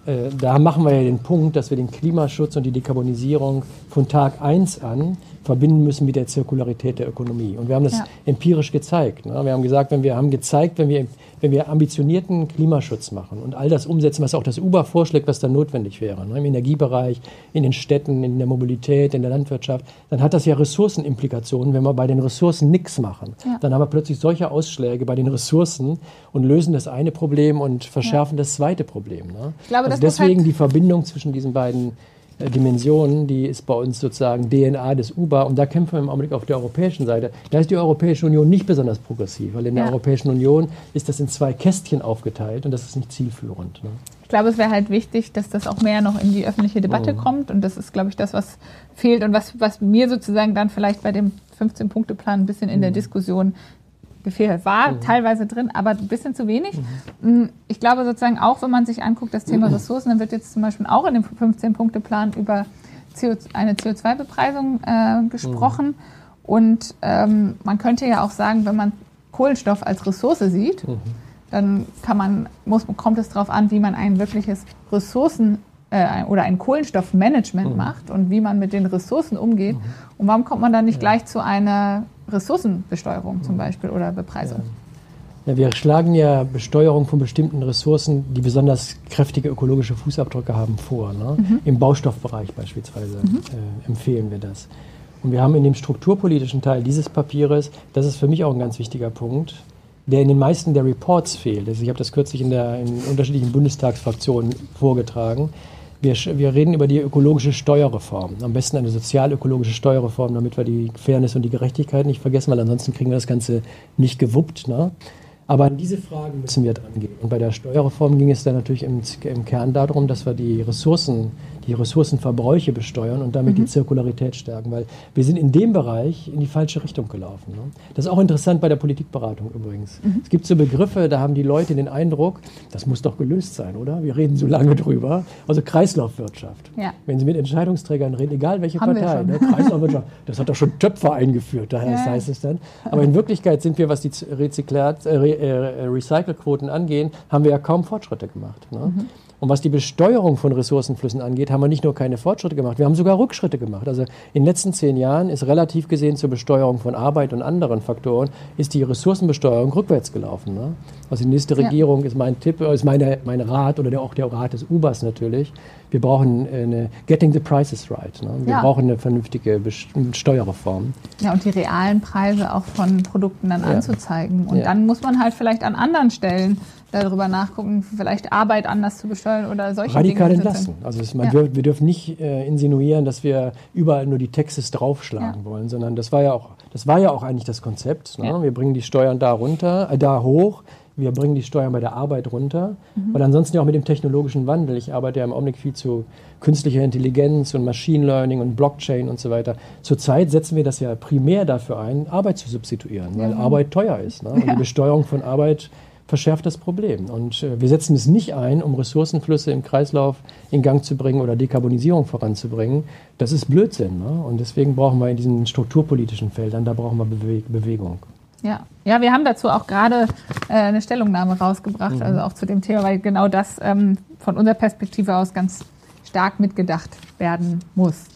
äh, da machen wir ja den Punkt, dass wir den Klimaschutz und die Dekarbonisierung von Tag eins an verbinden müssen mit der Zirkularität der Ökonomie. Und wir haben das ja. empirisch gezeigt. Ne? Wir haben gesagt, wenn wir haben gezeigt, wenn wir, wenn wir ambitionierten Klimaschutz machen und all das umsetzen, was auch das U B A vorschlägt, was dann notwendig wäre, ne? Im Energiebereich, in den Städten, in der Mobilität, in der Landwirtschaft, dann hat das ja Ressourcenimplikationen, wenn wir bei den Ressourcen nichts machen. Ja. Dann haben wir plötzlich solche Ausschläge bei den Ressourcen und lösen das eine Problem und verschärfen ja. das zweite Problem. Ne? Ich glaube, also das deswegen halt die Verbindung zwischen diesen beiden Dimensionen, die ist bei uns sozusagen D N A des U B A und da kämpfen wir im Augenblick auf der europäischen Seite. Da ist die Europäische Union nicht besonders progressiv, weil in der ja. Europäischen Union ist das in zwei Kästchen aufgeteilt und das ist nicht zielführend. Ne? Ich glaube, es wäre halt wichtig, dass das auch mehr noch in die öffentliche Debatte mhm. kommt und das ist, glaube ich, das, was fehlt und was, was mir sozusagen dann vielleicht bei dem fünfzehn-Punkte-Plan ein bisschen in mhm. der Diskussion gefehlt war, mhm. teilweise drin, aber ein bisschen zu wenig. Mhm. Ich glaube sozusagen auch, wenn man sich anguckt, das Thema Ressourcen, dann wird jetzt zum Beispiel auch in dem fünfzehn-Punkte-Plan über C O, eine C O zwei Bepreisung äh, gesprochen. Mhm. Und ähm, man könnte ja auch sagen, wenn man Kohlenstoff als Ressource sieht, mhm. dann kann man, muss, kommt es darauf an, wie man ein wirkliches Ressourcen- äh, oder ein Kohlenstoffmanagement mhm. macht und wie man mit den Ressourcen umgeht. Mhm. Und warum kommt man dann nicht ja. gleich zu einer Ressourcenbesteuerung zum Beispiel oder Bepreisung? Ja. Ja, wir schlagen ja Besteuerung von bestimmten Ressourcen, die besonders kräftige ökologische Fußabdrücke haben, vor. Ne? Mhm. Im Baustoffbereich beispielsweise mhm. äh, empfehlen wir das. Und wir haben in dem strukturpolitischen Teil dieses Papieres, das ist für mich auch ein ganz wichtiger Punkt, der in den meisten der Reports fehlt. Also ich habe das kürzlich in, der, in unterschiedlichen Bundestagsfraktionen vorgetragen. Wir, wir reden über die ökologische Steuerreform. Am besten eine sozial-ökologische Steuerreform, damit wir die Fairness und die Gerechtigkeit nicht vergessen, weil ansonsten kriegen wir das Ganze nicht gewuppt. Ne? Aber an diese Fragen müssen wir dran gehen. Und bei der Steuerreform ging es dann natürlich im, im Kern darum, dass wir die Ressourcen, die Ressourcenverbräuche besteuern und damit mhm. die Zirkularität stärken. Weil wir sind in dem Bereich in die falsche Richtung gelaufen. Ne? Das ist auch interessant bei der Politikberatung übrigens. Mhm. Es gibt so Begriffe, da haben die Leute den Eindruck, das muss doch gelöst sein, oder? Wir reden so lange drüber. Also Kreislaufwirtschaft. Ja. Wenn Sie mit Entscheidungsträgern reden, egal welche haben Partei, ne? Kreislaufwirtschaft, das hat doch schon Töpfer eingeführt, daher ja. heißt es dann. Aber in Wirklichkeit sind wir, was die Rezyklat, äh, äh, Recycelquoten angehen, haben wir ja kaum Fortschritte gemacht. Ne? Mhm. Und was die Besteuerung von Ressourcenflüssen angeht, haben wir nicht nur keine Fortschritte gemacht, wir haben sogar Rückschritte gemacht. Also in den letzten zehn Jahren ist relativ gesehen zur Besteuerung von Arbeit und anderen Faktoren, ist die Ressourcenbesteuerung rückwärts gelaufen. Ne? Also die nächste ja. Regierung ist mein Tipp, ist meine, mein Rat oder der, auch der Rat des U B As natürlich. Wir brauchen eine Getting the Prices Right. Ne? Wir ja. brauchen eine vernünftige Steuerreform. Ja, und die realen Preise auch von Produkten dann ja. anzuzeigen. Und ja. dann muss man halt vielleicht an anderen Stellen darüber nachgucken, vielleicht Arbeit anders zu besteuern oder solche Radikal Dinge. Radikal entlassen. Also es, man ja. dürf, wir dürfen nicht äh, insinuieren, dass wir überall nur die Textes draufschlagen ja. wollen, sondern das war ja auch, das war ja auch eigentlich das Konzept. Ne? Ja. Wir bringen die Steuern da runter, äh, da hoch. Wir bringen die Steuern bei der Arbeit runter, mhm. weil ansonsten ja auch mit dem technologischen Wandel, ich arbeite ja im Augenblick viel zu künstlicher Intelligenz und Machine Learning und Blockchain und so weiter. Zurzeit setzen wir das ja primär dafür ein, Arbeit zu substituieren, weil ja. Arbeit teuer ist. Ne? Und ja. die Besteuerung von Arbeit verschärft das Problem. Und äh, wir setzen es nicht ein, um Ressourcenflüsse im Kreislauf in Gang zu bringen oder Dekarbonisierung voranzubringen. Das ist Blödsinn. Ne? Und deswegen brauchen wir in diesen strukturpolitischen Feldern, da brauchen wir Bewe- Bewegung. Ja. ja, wir haben dazu auch gerade äh, eine Stellungnahme rausgebracht, mhm. also auch zu dem Thema, weil genau das ähm, von unserer Perspektive aus ganz stark mitgedacht werden muss.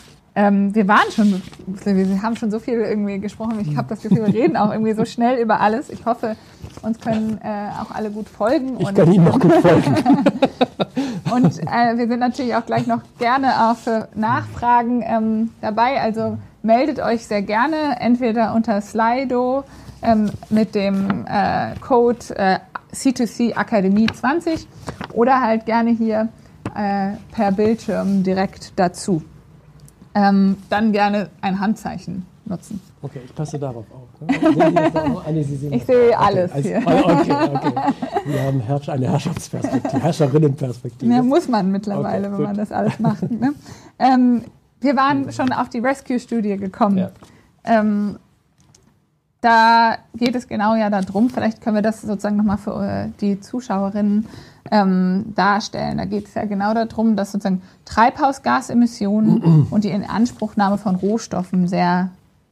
Ähm, wir waren schon, wir haben schon so viel irgendwie gesprochen, ich habe das Gefühl, wir reden auch irgendwie so schnell über alles. Ich hoffe, uns können äh, auch alle gut folgen. Ich und, kann Ihnen auch gut folgen. Und äh, wir sind natürlich auch gleich noch gerne auch für Nachfragen ähm, dabei, also meldet euch sehr gerne, entweder unter Slido ähm, mit dem äh, Code äh, C zwei C Akademie zwanzig oder halt gerne hier äh, per Bildschirm direkt dazu. Ähm, dann gerne ein Handzeichen nutzen. Okay, ich passe darauf auf. Ne? Sehen Sie das da auch? Ah, nee, Sie sehen ich sehe okay, alles also, hier. Okay, okay. Wir haben Herrsch, eine Herrschaftsperspektive, Herrscherinnenperspektive. Ja, muss man mittlerweile, okay, wenn man das alles macht. Ne? Ähm, wir waren schon auf die Rescue-Studie gekommen. Ja. Ähm, da geht es genau ja darum, vielleicht können wir das sozusagen nochmal für äh, die Zuschauerinnen ähm, darstellen. Da geht es ja genau darum, dass sozusagen Treibhausgasemissionen und die Inanspruchnahme von Rohstoffen sehr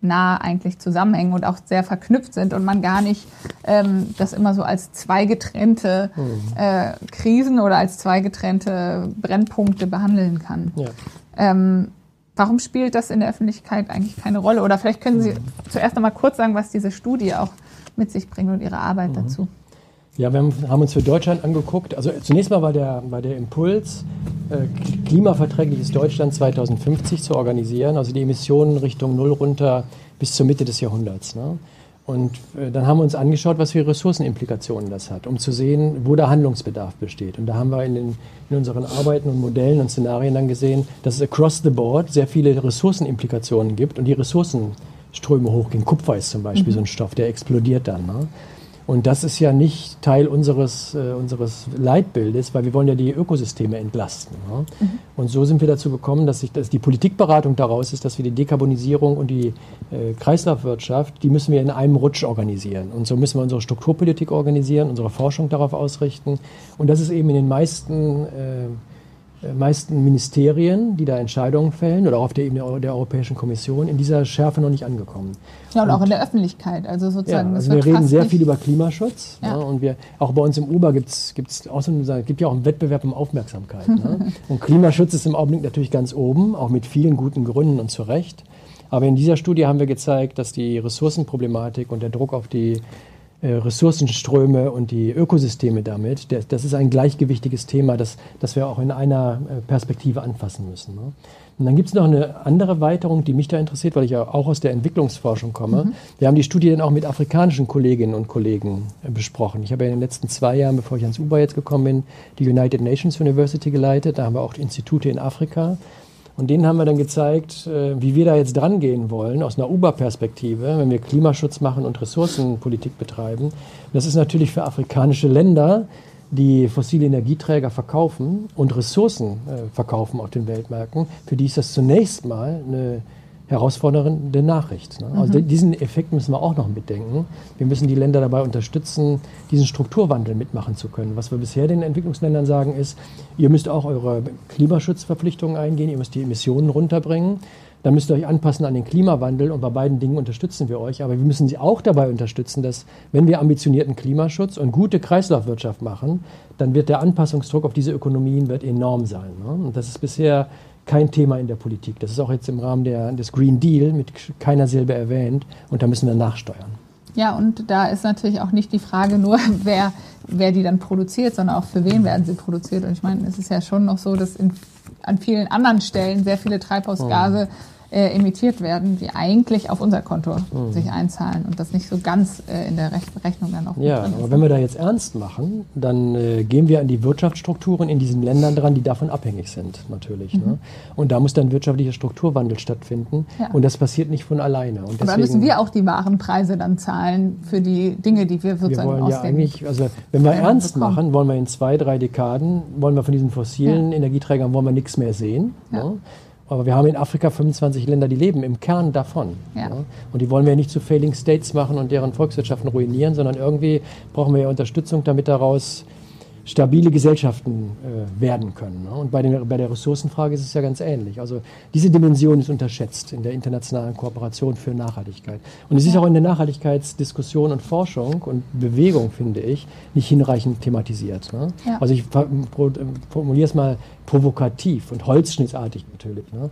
nah eigentlich zusammenhängen und auch sehr verknüpft sind und man gar nicht ähm, das immer so als zwei getrennte äh, Krisen oder als zwei getrennte Brennpunkte behandeln kann. Ja. Ähm, warum spielt das in der Öffentlichkeit eigentlich keine Rolle? Oder vielleicht können Sie mhm. zuerst noch mal kurz sagen, was diese Studie auch mit sich bringt und Ihre Arbeit mhm. dazu. Ja, wir haben uns für Deutschland angeguckt. Also zunächst mal war der, war der Impuls, äh, klimaverträgliches Deutschland zweitausendfünfzig zu organisieren, also die Emissionen Richtung Null runter bis zur Mitte des Jahrhunderts. Ne? Und äh, dann haben wir uns angeschaut, was für Ressourcenimplikationen das hat, um zu sehen, wo der Handlungsbedarf besteht. Und da haben wir in, den, in unseren Arbeiten und Modellen und Szenarien dann gesehen, dass es across the board sehr viele Ressourcenimplikationen gibt und die Ressourcenströme hochgehen. Kupfer ist zum Beispiel mhm. so ein Stoff, der explodiert dann. Ne? Und das ist ja nicht Teil unseres, äh, unseres Leitbildes, weil wir wollen ja die Ökosysteme entlasten. Ja? Mhm. Und so sind wir dazu gekommen, dass, sich, dass die Politikberatung daraus ist, dass wir die Dekarbonisierung und die äh, Kreislaufwirtschaft, die müssen wir in einem Rutsch organisieren. Und so müssen wir unsere Strukturpolitik organisieren, unsere Forschung darauf ausrichten. Und das ist eben in den meisten äh, meisten Ministerien, die da Entscheidungen fällen, oder auch auf der Ebene der Europäischen Kommission, in dieser Schärfe noch nicht angekommen. Ja, und, und auch in der Öffentlichkeit. Also sozusagen. Ja, also wir reden sehr viel über Klimaschutz. Ja. Ja, und wir, auch bei uns im Uber gibt's, gibt's auch so, gibt ja auch einen Wettbewerb um Aufmerksamkeit. Ne? Und Klimaschutz ist im Augenblick natürlich ganz oben, auch mit vielen guten Gründen und zu Recht. Aber in dieser Studie haben wir gezeigt, dass die Ressourcenproblematik und der Druck auf die Ressourcenströme und die Ökosysteme damit, das ist ein gleichgewichtiges Thema, das, das wir auch in einer Perspektive anfassen müssen. Und dann gibt es noch eine andere Erweiterung, die mich da interessiert, weil ich ja auch aus der Entwicklungsforschung komme. Mhm. Wir haben die Studie dann auch mit afrikanischen Kolleginnen und Kollegen besprochen. Ich habe ja in den letzten zwei Jahren, bevor ich ans U B A jetzt gekommen bin, die United Nations University geleitet. Da haben wir auch Institute in Afrika. Und denen haben wir dann gezeigt, wie wir da jetzt dran gehen wollen, aus einer U B A-Perspektive, wenn wir Klimaschutz machen und Ressourcenpolitik betreiben. Das ist natürlich für afrikanische Länder, die fossile Energieträger verkaufen und Ressourcen äh, verkaufen auf den Weltmärkten, für die ist das zunächst mal eine herausfordernde Nachricht. Ne? Also mhm. diesen Effekt müssen wir auch noch mitdenken. Wir müssen die Länder dabei unterstützen, diesen Strukturwandel mitmachen zu können. Was wir bisher den Entwicklungsländern sagen ist, ihr müsst auch eure Klimaschutzverpflichtungen eingehen, ihr müsst die Emissionen runterbringen, dann müsst ihr euch anpassen an den Klimawandel und bei beiden Dingen unterstützen wir euch. Aber wir müssen sie auch dabei unterstützen, dass wenn wir ambitionierten Klimaschutz und gute Kreislaufwirtschaft machen, dann wird der Anpassungsdruck auf diese Ökonomien wird enorm sein. Ne? Und das ist bisher kein Thema in der Politik. Das ist auch jetzt im Rahmen der, des Green Deal mit keiner Silbe erwähnt und da müssen wir nachsteuern. Ja, und da ist natürlich auch nicht die Frage nur, wer, wer die dann produziert, sondern auch für wen werden sie produziert. Und ich meine, es ist ja schon noch so, dass in, an vielen anderen Stellen sehr viele Treibhausgase äh, emittiert werden, die eigentlich auf unser Konto mhm. sich einzahlen und das nicht so ganz äh, in der Rech- Rechnung dann auch Ja, drin ist. Aber wenn wir da jetzt ernst machen, dann äh, gehen wir an die Wirtschaftsstrukturen in diesen Ländern dran, die davon abhängig sind, natürlich. Mhm. Ne? Und da muss dann wirtschaftlicher Strukturwandel stattfinden ja. und das passiert nicht von alleine. Und aber da müssen wir auch die wahren Preise dann zahlen für die Dinge, die wir sozusagen wir wollen ja eigentlich, also wenn wir ernst bekommen. machen, wollen wir in zwei, drei Dekaden, wollen wir von diesen fossilen ja. Energieträgern wollen wir nichts mehr sehen. Ja. Ne? Aber wir haben in Afrika fünfundzwanzig Länder, die leben im Kern davon. Ja. Ja. Und die wollen wir nicht zu Failing States machen und deren Volkswirtschaften ruinieren, sondern irgendwie brauchen wir ja Unterstützung, damit daraus stabile Gesellschaften äh, werden können. Ne? Und bei, den, bei der Ressourcenfrage ist es ja ganz ähnlich. Also diese Dimension ist unterschätzt in der internationalen Kooperation für Nachhaltigkeit. Und es ist auch in der Nachhaltigkeitsdiskussion und Forschung und Bewegung, finde ich, nicht hinreichend thematisiert. Ne? Ja. Also ich formuliere es mal provokativ und holzschnittartig natürlich. Ne?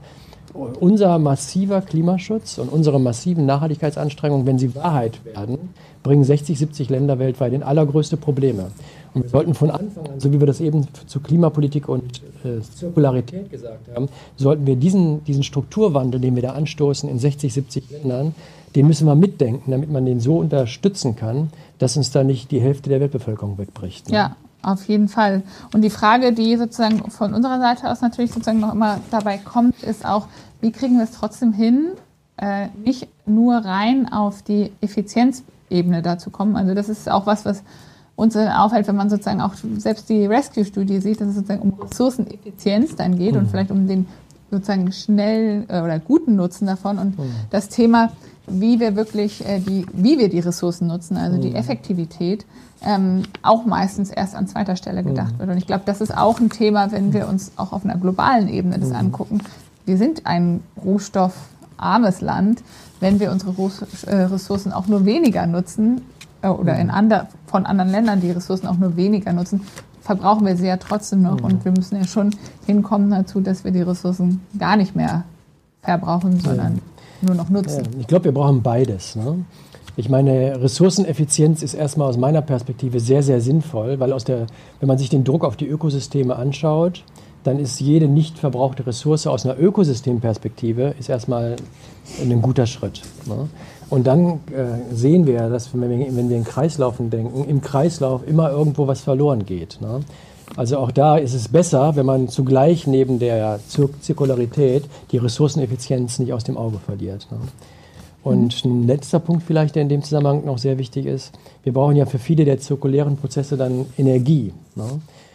Unser massiver Klimaschutz und unsere massiven Nachhaltigkeitsanstrengungen, wenn sie Wahrheit werden, bringen sechzig, siebzig Länder weltweit in allergrößte Probleme. Und wir sollten von Anfang an, so wie wir das eben zu Klimapolitik und äh, Zirkularität gesagt haben, sollten wir diesen, diesen Strukturwandel, den wir da anstoßen in sechzig, siebzig Ländern, den müssen wir mitdenken, damit man den so unterstützen kann, dass uns da nicht die Hälfte der Weltbevölkerung wegbricht. Ne? Ja, auf jeden Fall. Und die Frage, die sozusagen von unserer Seite aus natürlich sozusagen noch immer dabei kommt, ist auch, wie kriegen wir es trotzdem hin, äh, nicht nur rein auf die Effizienzebene da zu kommen. Also das ist auch was, was uns auffällt, wenn man sozusagen auch selbst die Rescue-Studie sieht, dass es sozusagen um Ressourceneffizienz dann geht mhm. und vielleicht um den sozusagen schnellen äh, oder guten Nutzen davon und mhm. das Thema, wie wir wirklich äh, die, wie wir die Ressourcen nutzen, also mhm. die Effektivität, ähm, auch meistens erst an zweiter Stelle gedacht mhm. wird. Und ich glaube, das ist auch ein Thema, wenn wir uns auch auf einer globalen Ebene das mhm. angucken. Wir sind ein Rohstoff armes Land, wenn wir unsere Ressourcen auch nur weniger nutzen äh, oder in ander, von anderen Ländern die Ressourcen auch nur weniger nutzen, verbrauchen wir sie ja trotzdem noch. Mhm. Und wir müssen ja schon hinkommen dazu, dass wir die Ressourcen gar nicht mehr verbrauchen, sondern ja. nur noch nutzen. Ja, ich glaube, wir brauchen beides. Ne? Ich meine, Ressourceneffizienz ist erstmal aus meiner Perspektive sehr, sehr sinnvoll, weil aus der, wenn man sich den Druck auf die Ökosysteme anschaut, dann ist jede nicht verbrauchte Ressource aus einer Ökosystemperspektive ist erstmal ein guter Schritt. Ne? Und dann äh, sehen wir, dass wenn wir, wenn wir in Kreislaufen denken, im Kreislauf immer irgendwo was verloren geht. Ne? Also auch da ist es besser, wenn man zugleich neben der Zir- Zirkularität die Ressourceneffizienz nicht aus dem Auge verliert. Ne? Und ein letzter Punkt vielleicht, der in dem Zusammenhang noch sehr wichtig ist, wir brauchen ja für viele der zirkulären Prozesse dann Energie. Ne?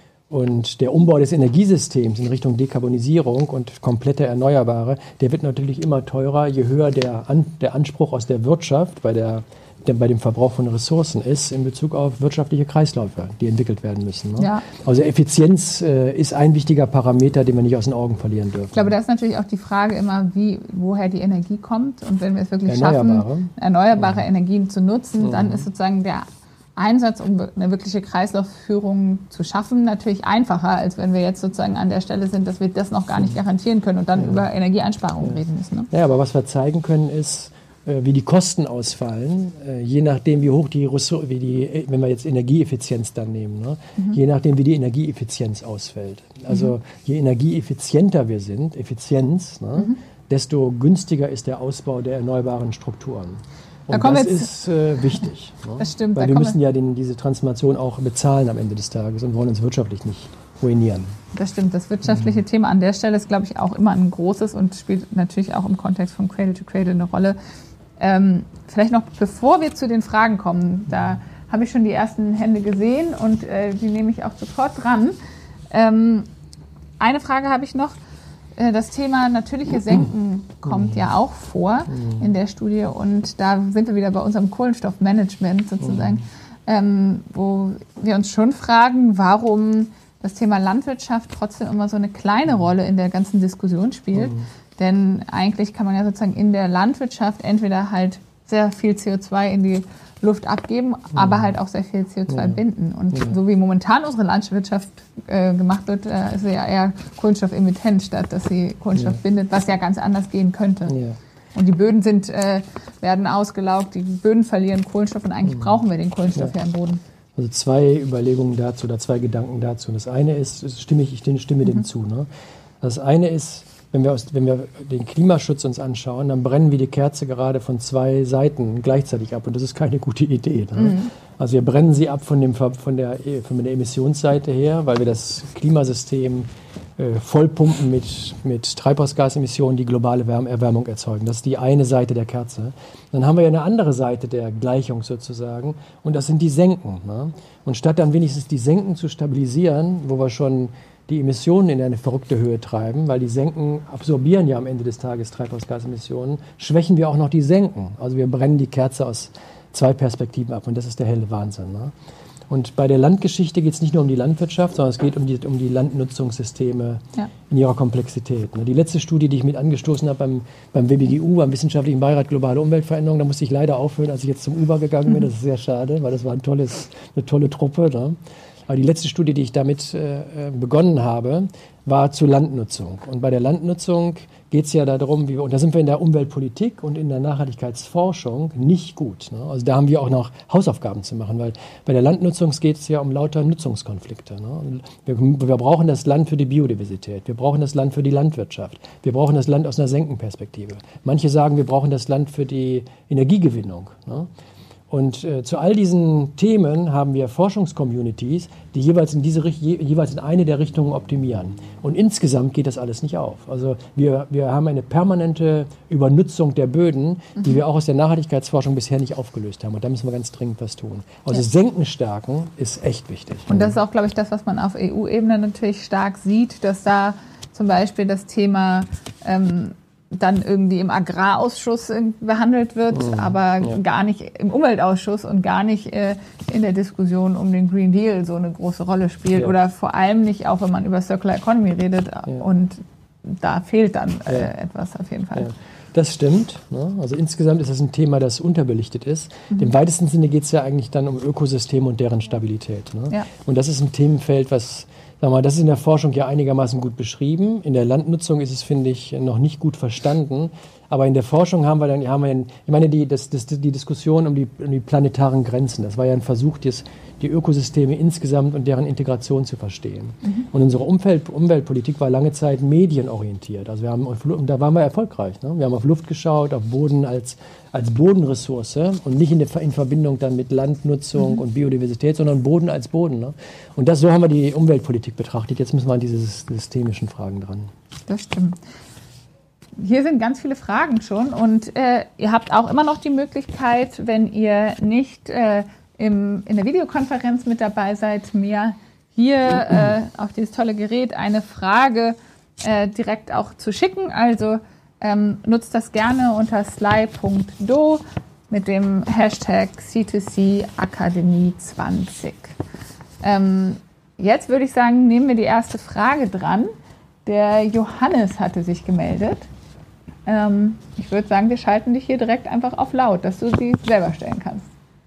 Und der Umbau des Energiesystems in Richtung Dekarbonisierung und komplette Erneuerbare, der wird natürlich immer teurer, je höher der, An- der Anspruch aus der Wirtschaft bei, der, der, bei dem Verbrauch von Ressourcen ist in Bezug auf wirtschaftliche Kreisläufe, die entwickelt werden müssen. Ne? Ja. Also Effizienz äh, ist ein wichtiger Parameter, den wir nicht aus den Augen verlieren dürfen. Ich glaube, da ist natürlich auch die Frage immer, wie, woher die Energie kommt. Und wenn wir es wirklich schaffen, erneuerbare mhm. Energien zu nutzen, mhm. dann ist sozusagen der Einsatz, um eine wirkliche Kreislaufführung zu schaffen, natürlich einfacher, als wenn wir jetzt sozusagen an der Stelle sind, dass wir das noch gar nicht garantieren können und dann ja. über Energieeinsparungen ja. reden müssen. Ne? Ja, aber was wir zeigen können, ist, wie die Kosten ausfallen, je nachdem, wie hoch die Ressource, wie die, wenn wir jetzt Energieeffizienz dann nehmen, ne? mhm. je nachdem, wie die Energieeffizienz ausfällt. Also mhm. je energieeffizienter wir sind, Effizienz, ne? mhm. desto günstiger ist der Ausbau der erneuerbaren Strukturen. Und da das ist äh, wichtig. Ne? Das stimmt. Weil da wir müssen ja den, diese Transformation auch bezahlen am Ende des Tages und wollen uns wirtschaftlich nicht ruinieren. Das stimmt. Das wirtschaftliche mhm. Thema an der Stelle ist, glaube ich, auch immer ein großes und spielt natürlich auch im Kontext von Cradle to Cradle eine Rolle. Ähm, vielleicht noch, bevor wir zu den Fragen kommen, da habe ich schon die ersten Hände gesehen und äh, die nehme ich auch sofort dran. Ähm, eine Frage habe ich noch. Das Thema natürliche Senken kommt ja auch vor in der Studie und da sind wir wieder bei unserem Kohlenstoffmanagement sozusagen, ähm, wo wir uns schon fragen, warum das Thema Landwirtschaft trotzdem immer so eine kleine Rolle in der ganzen Diskussion spielt. Denn eigentlich kann man ja sozusagen in der Landwirtschaft entweder halt sehr viel C O zwei in die Luft abgeben, aber halt auch sehr viel C O zwei ja. binden. Und ja. so wie momentan unsere Landwirtschaft äh, gemacht wird, äh, ist sie ja eher kohlenstoffemittent, statt dass sie Kohlenstoff ja. bindet, was ja ganz anders gehen könnte. Ja. Und die Böden sind, äh, werden ausgelaugt, die Böden verlieren Kohlenstoff und eigentlich ja. brauchen wir den Kohlenstoff ja. ja im Boden. Also zwei Überlegungen dazu oder zwei Gedanken dazu. Das eine ist, das stimme ich, ich stimme mhm. dem zu. Ne? Das eine ist, Wenn wir, aus, wenn wir den Klimaschutz uns anschauen, dann brennen wir die Kerze gerade von zwei Seiten gleichzeitig ab. Und das ist keine gute Idee. Ne? Mhm. Also wir brennen sie ab von, dem, von, der, von der Emissionsseite her, weil wir das Klimasystem äh, vollpumpen mit, mit Treibhausgasemissionen, die globale Wärme, Erwärmung erzeugen. Das ist die eine Seite der Kerze. Dann haben wir ja eine andere Seite der Gleichung sozusagen. Und das sind die Senken. Ne? Und statt dann wenigstens die Senken zu stabilisieren, wo wir schon die Emissionen in eine verrückte Höhe treiben, weil die Senken absorbieren ja am Ende des Tages Treibhausgasemissionen, schwächen wir auch noch die Senken. Also wir brennen die Kerze aus zwei Perspektiven ab und das ist der helle Wahnsinn. Ne? Und bei der Landgeschichte geht es nicht nur um die Landwirtschaft, sondern es geht um die, um die Landnutzungssysteme ja. in ihrer Komplexität. Ne? Die letzte Studie, die ich mit angestoßen habe beim, beim W B G U, beim Wissenschaftlichen Beirat Globale Umweltveränderung, da musste ich leider aufhören, als ich jetzt zum U B A gegangen bin. Das ist sehr schade, weil das war ein tolles, eine tolle Truppe. Ne? Aber die letzte Studie, die ich damit äh, begonnen habe, war zur Landnutzung. Und bei der Landnutzung geht es ja darum, wie wir, und da sind wir in der Umweltpolitik und in der Nachhaltigkeitsforschung nicht gut. Ne? Also da haben wir auch noch Hausaufgaben zu machen, weil bei der Landnutzung geht es ja um lauter Nutzungskonflikte. Ne? Wir, wir brauchen das Land für die Biodiversität, wir brauchen das Land für die Landwirtschaft, wir brauchen das Land aus einer Senkenperspektive. Manche sagen, wir brauchen das Land für die Energiegewinnung. Ne? Und äh, zu all diesen Themen haben wir Forschungscommunities, die jeweils in, diese, je, jeweils in eine der Richtungen optimieren. Und insgesamt geht das alles nicht auf. Also wir, wir haben eine permanente Übernutzung der Böden, die mhm. wir auch aus der Nachhaltigkeitsforschung bisher nicht aufgelöst haben. Und da müssen wir ganz dringend was tun. Also ja. Senken stärken ist echt wichtig. Und das ist auch, glaube ich, das, was man auf E U-Ebene natürlich stark sieht, dass da zum Beispiel das Thema ähm, dann irgendwie im Agrarausschuss behandelt wird, mhm, aber ja. gar nicht im Umweltausschuss und gar nicht äh, in der Diskussion um den Green Deal so eine große Rolle spielt. Ja. Oder vor allem nicht auch, wenn man über Circular Economy redet ja. und da fehlt dann äh, ja. etwas auf jeden Fall. Ja. Das stimmt. Ne? Also insgesamt ist das ein Thema, das unterbelichtet ist. Mhm. Im weitesten Sinne geht es ja eigentlich dann um Ökosysteme und deren Stabilität. Ne? Ja. Und das ist ein Themenfeld, was, sagen wir mal, das ist in der Forschung ja einigermaßen gut beschrieben. In der Landnutzung ist es, finde ich, noch nicht gut verstanden. Aber in der Forschung haben wir dann, haben wir, ich meine, die, das, das, die Diskussion um die, um die planetaren Grenzen, das war ja ein Versuch, das, die Ökosysteme insgesamt und deren Integration zu verstehen. Mhm. Und unsere Umwelt, Umweltpolitik war lange Zeit medienorientiert. Also wir haben auf, und da waren wir erfolgreich. Ne? Wir haben auf Luft geschaut, auf Boden als, als Bodenressource und nicht in, der, in Verbindung dann mit Landnutzung mhm. und Biodiversität, sondern Boden als Boden. Ne? Und das, so haben wir die Umweltpolitik betrachtet. Jetzt müssen wir an diese systemischen Fragen dran. Das stimmt. Hier sind ganz viele Fragen schon und äh, ihr habt auch immer noch die Möglichkeit, wenn ihr nicht äh, im, in der Videokonferenz mit dabei seid, mir hier äh, auf dieses tolle Gerät eine Frage äh, direkt auch zu schicken. Also ähm, nutzt das gerne unter sly punkt do mit dem Hashtag C zwei C Akademie zwanzig. Ähm, jetzt würde ich sagen, nehmen wir die erste Frage dran. Der Johannes hatte sich gemeldet. Ähm, ich würde sagen, wir schalten dich hier direkt einfach auf laut, dass du sie selber stellen kannst.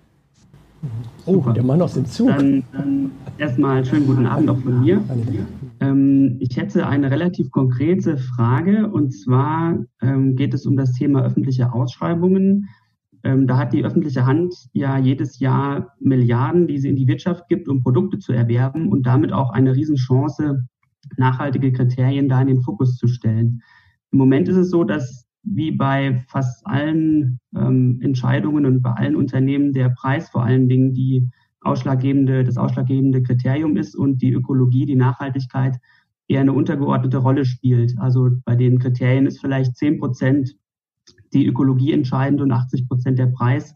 Oh, super. Der Mann aus dem Zug. Dann, dann erstmal schönen guten Abend auch von mir. Ähm, ich hätte eine relativ konkrete Frage und zwar ähm, geht es um das Thema öffentliche Ausschreibungen. Ähm, da hat die öffentliche Hand ja jedes Jahr Milliarden, die sie in die Wirtschaft gibt, um Produkte zu erwerben und damit auch eine Riesenchance, nachhaltige Kriterien da in den Fokus zu stellen. Im Moment ist es so, dass wie bei fast allen ähm, Entscheidungen und bei allen Unternehmen der Preis vor allen Dingen die ausschlaggebende, das ausschlaggebende Kriterium ist und die Ökologie, die Nachhaltigkeit eher eine untergeordnete Rolle spielt. Also bei den Kriterien ist vielleicht zehn Prozent die Ökologie entscheidend und achtzig Prozent der Preis.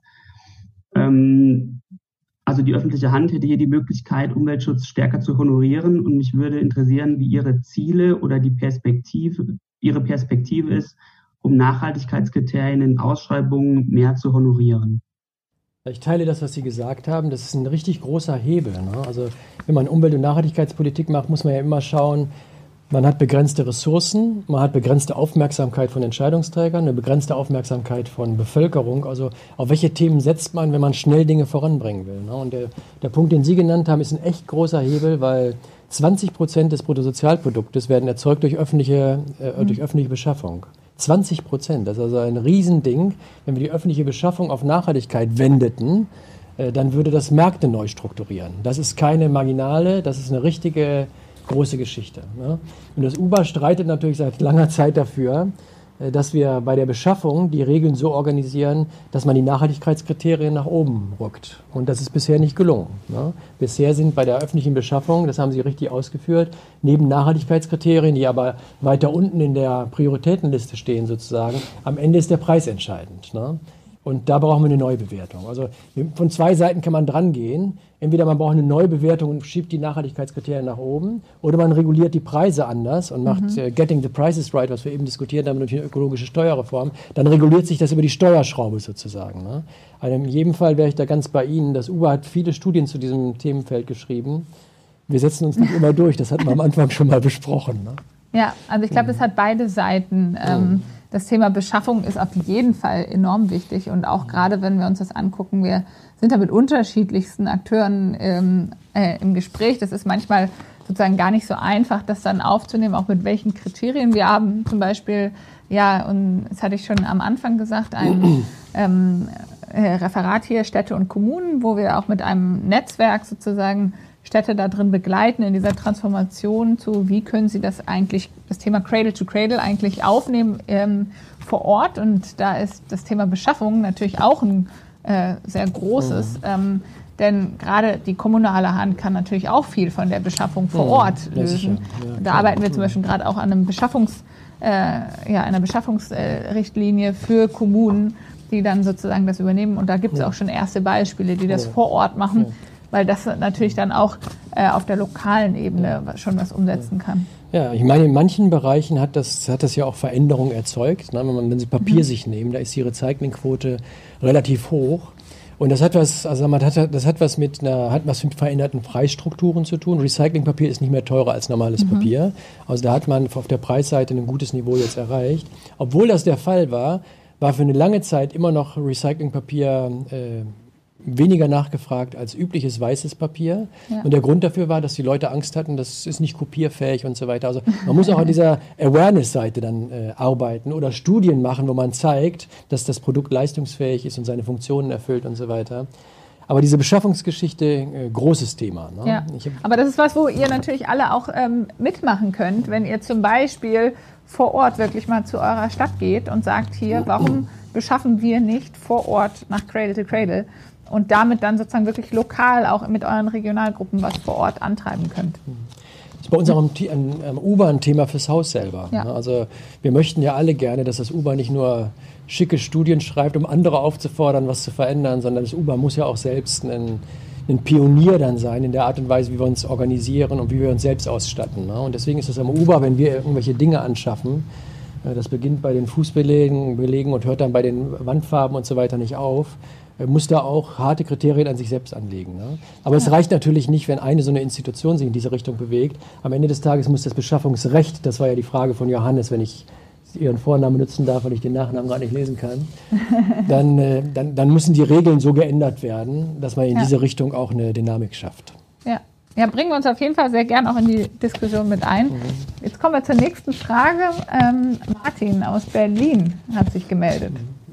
Ähm, also die öffentliche Hand hätte hier die Möglichkeit, Umweltschutz stärker zu honorieren und mich würde interessieren, wie Ihre Ziele oder die Perspektive, Ihre Perspektive ist, um Nachhaltigkeitskriterien in Ausschreibungen mehr zu honorieren. Ich teile das, was Sie gesagt haben. Das ist ein richtig großer Hebel. Ne? Also wenn man Umwelt- und Nachhaltigkeitspolitik macht, muss man ja immer schauen, man hat begrenzte Ressourcen, man hat begrenzte Aufmerksamkeit von Entscheidungsträgern, eine begrenzte Aufmerksamkeit von Bevölkerung. Also auf welche Themen setzt man, wenn man schnell Dinge voranbringen will. Ne? Und der, der Punkt, den Sie genannt haben, ist ein echt großer Hebel, weil zwanzig Prozent des Bruttosozialproduktes werden erzeugt durch öffentliche, äh, durch öffentliche Beschaffung. zwanzig Prozent, das ist also ein Riesending. Wenn wir die öffentliche Beschaffung auf Nachhaltigkeit wendeten, äh, dann würde das Märkte neu strukturieren. Das ist keine marginale, das ist eine richtige große Geschichte. Ne? Und das U B A streitet natürlich seit langer Zeit dafür, äh, dass wir bei der Beschaffung die Regeln so organisieren, dass man die Nachhaltigkeitskriterien nach oben rückt. Und das ist bisher nicht gelungen. Ne? Bisher sind bei der öffentlichen Beschaffung, das haben Sie richtig ausgeführt, neben Nachhaltigkeitskriterien, die aber weiter unten in der Prioritätenliste stehen sozusagen, am Ende ist der Preis entscheidend. Ne? Und da brauchen wir eine Neubewertung. Also von zwei Seiten kann man dran gehen. Entweder man braucht eine Neubewertung und schiebt die Nachhaltigkeitskriterien nach oben, oder man reguliert die Preise anders und macht mhm. uh, Getting the Prices Right, was wir eben diskutiert haben, durch eine ökologische Steuerreform. Dann reguliert sich das über die Steuerschraube sozusagen. Ne? Also in jedem Fall wäre ich da ganz bei Ihnen. Das U B A hat viele Studien zu diesem Themenfeld geschrieben. Wir setzen uns nicht immer durch. Das hatten wir am Anfang schon mal besprochen. Ne? Ja, also ich glaube, das hat beide Seiten. Ähm, das Thema Beschaffung ist auf jeden Fall enorm wichtig und auch gerade, wenn wir uns das angucken, wir sind da mit unterschiedlichsten Akteuren ähm, äh, im Gespräch. Das ist manchmal sozusagen gar nicht so einfach, das dann aufzunehmen, auch mit welchen Kriterien wir haben. Zum Beispiel, ja, und das hatte ich schon am Anfang gesagt, ein ähm, äh, Referat hier Städte und Kommunen, wo wir auch mit einem Netzwerk sozusagen Städte da drin begleiten in dieser Transformation zu, wie können sie das eigentlich, das Thema Cradle to Cradle eigentlich aufnehmen ähm, vor Ort. Und da ist das Thema Beschaffung natürlich auch ein äh, sehr großes, mhm. ähm, denn gerade die kommunale Hand kann natürlich auch viel von der Beschaffung vor Ort mhm. lösen. Ja, da klar. arbeiten wir zum Beispiel gerade auch an einem Beschaffungs, äh, ja, einer Beschaffungsrichtlinie für Kommunen, die dann sozusagen das übernehmen. Und da gibt es ja. auch schon erste Beispiele, die das ja. vor Ort machen. Ja. Weil das natürlich dann auch äh, auf der lokalen Ebene ja. schon was umsetzen kann. Ja, ich meine, in manchen Bereichen hat das, hat das ja auch Veränderungen erzeugt. Ne? Wenn, man, wenn Sie Papier mhm. sich nehmen, da ist die Recyclingquote relativ hoch. Und das hat was, also man hat, das hat was mit einer, hat was mit veränderten Preisstrukturen zu tun. Recyclingpapier ist nicht mehr teurer als normales mhm. Papier. Also da hat man auf der Preisseite ein gutes Niveau jetzt erreicht. Obwohl das der Fall war, war für eine lange Zeit immer noch Recyclingpapier äh, weniger nachgefragt als übliches weißes Papier. Ja. Und der Grund dafür war, dass die Leute Angst hatten, das ist nicht kopierfähig und so weiter. Also man muss auch an dieser Awareness-Seite dann äh, arbeiten oder Studien machen, wo man zeigt, dass das Produkt leistungsfähig ist und seine Funktionen erfüllt und so weiter. Aber diese Beschaffungsgeschichte, äh, großes Thema. Ne? Ja. Aber das ist was, wo ihr natürlich alle auch ähm, mitmachen könnt, wenn ihr zum Beispiel vor Ort wirklich mal zu eurer Stadt geht und sagt, hier, warum beschaffen wir nicht vor Ort nach Cradle to Cradle? Und damit dann sozusagen wirklich lokal auch mit euren Regionalgruppen was vor Ort antreiben könnt. Das ist bei uns auch am, am, am U-Bahn ein Thema fürs Haus selber. Ja. Also wir möchten ja alle gerne, dass das U-Bahn nicht nur schicke Studien schreibt, um andere aufzufordern, was zu verändern, sondern das U-Bahn muss ja auch selbst ein, ein Pionier dann sein in der Art und Weise, wie wir uns organisieren und wie wir uns selbst ausstatten. Und deswegen ist es am U-Bahn, wenn wir irgendwelche Dinge anschaffen, das beginnt bei den Fußbelegen Belegen und hört dann bei den Wandfarben und so weiter nicht auf, muss da auch harte Kriterien an sich selbst anlegen. Ne? Aber ja. es reicht natürlich nicht, wenn eine so eine Institution sich in diese Richtung bewegt. Am Ende des Tages muss das Beschaffungsrecht, das war ja die Frage von Johannes, wenn ich Ihren Vornamen nutzen darf, weil ich den Nachnamen gar nicht lesen kann, dann, äh, dann, dann müssen die Regeln so geändert werden, dass man in ja. diese Richtung auch eine Dynamik schafft. Ja. Ja, bringen wir uns auf jeden Fall sehr gern auch in die Diskussion mit ein. Mhm. Jetzt kommen wir zur nächsten Frage. Ähm, Martin aus Berlin hat sich gemeldet.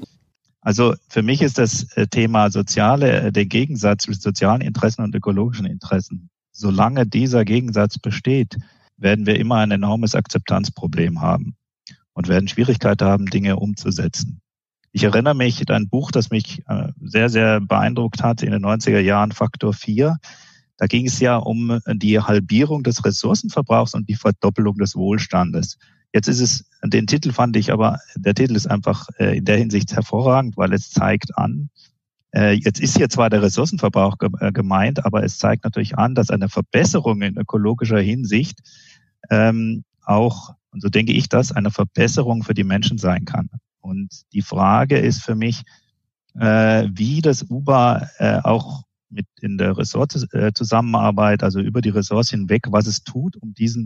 Also für mich ist das Thema soziale, der Gegensatz zwischen sozialen Interessen und ökologischen Interessen. Solange dieser Gegensatz besteht, werden wir immer ein enormes Akzeptanzproblem haben und werden Schwierigkeiten haben, Dinge umzusetzen. Ich erinnere mich an ein Buch, das mich sehr, sehr beeindruckt hat in den neunziger Jahren, Faktor vier. Da ging es ja um die Halbierung des Ressourcenverbrauchs und die Verdoppelung des Wohlstandes. Jetzt ist es, den Titel fand ich aber, der Titel ist einfach äh, in der Hinsicht hervorragend, weil es zeigt an, äh, jetzt ist hier zwar der Ressourcenverbrauch ge- äh, gemeint, aber es zeigt natürlich an, dass eine Verbesserung in ökologischer Hinsicht ähm, auch, und so denke ich das, eine Verbesserung für die Menschen sein kann. Und die Frage ist für mich, äh, wie das U B A äh, auch mit in der Ressortzusammenarbeit, also über die Ressorts hinweg, was es tut, um diesen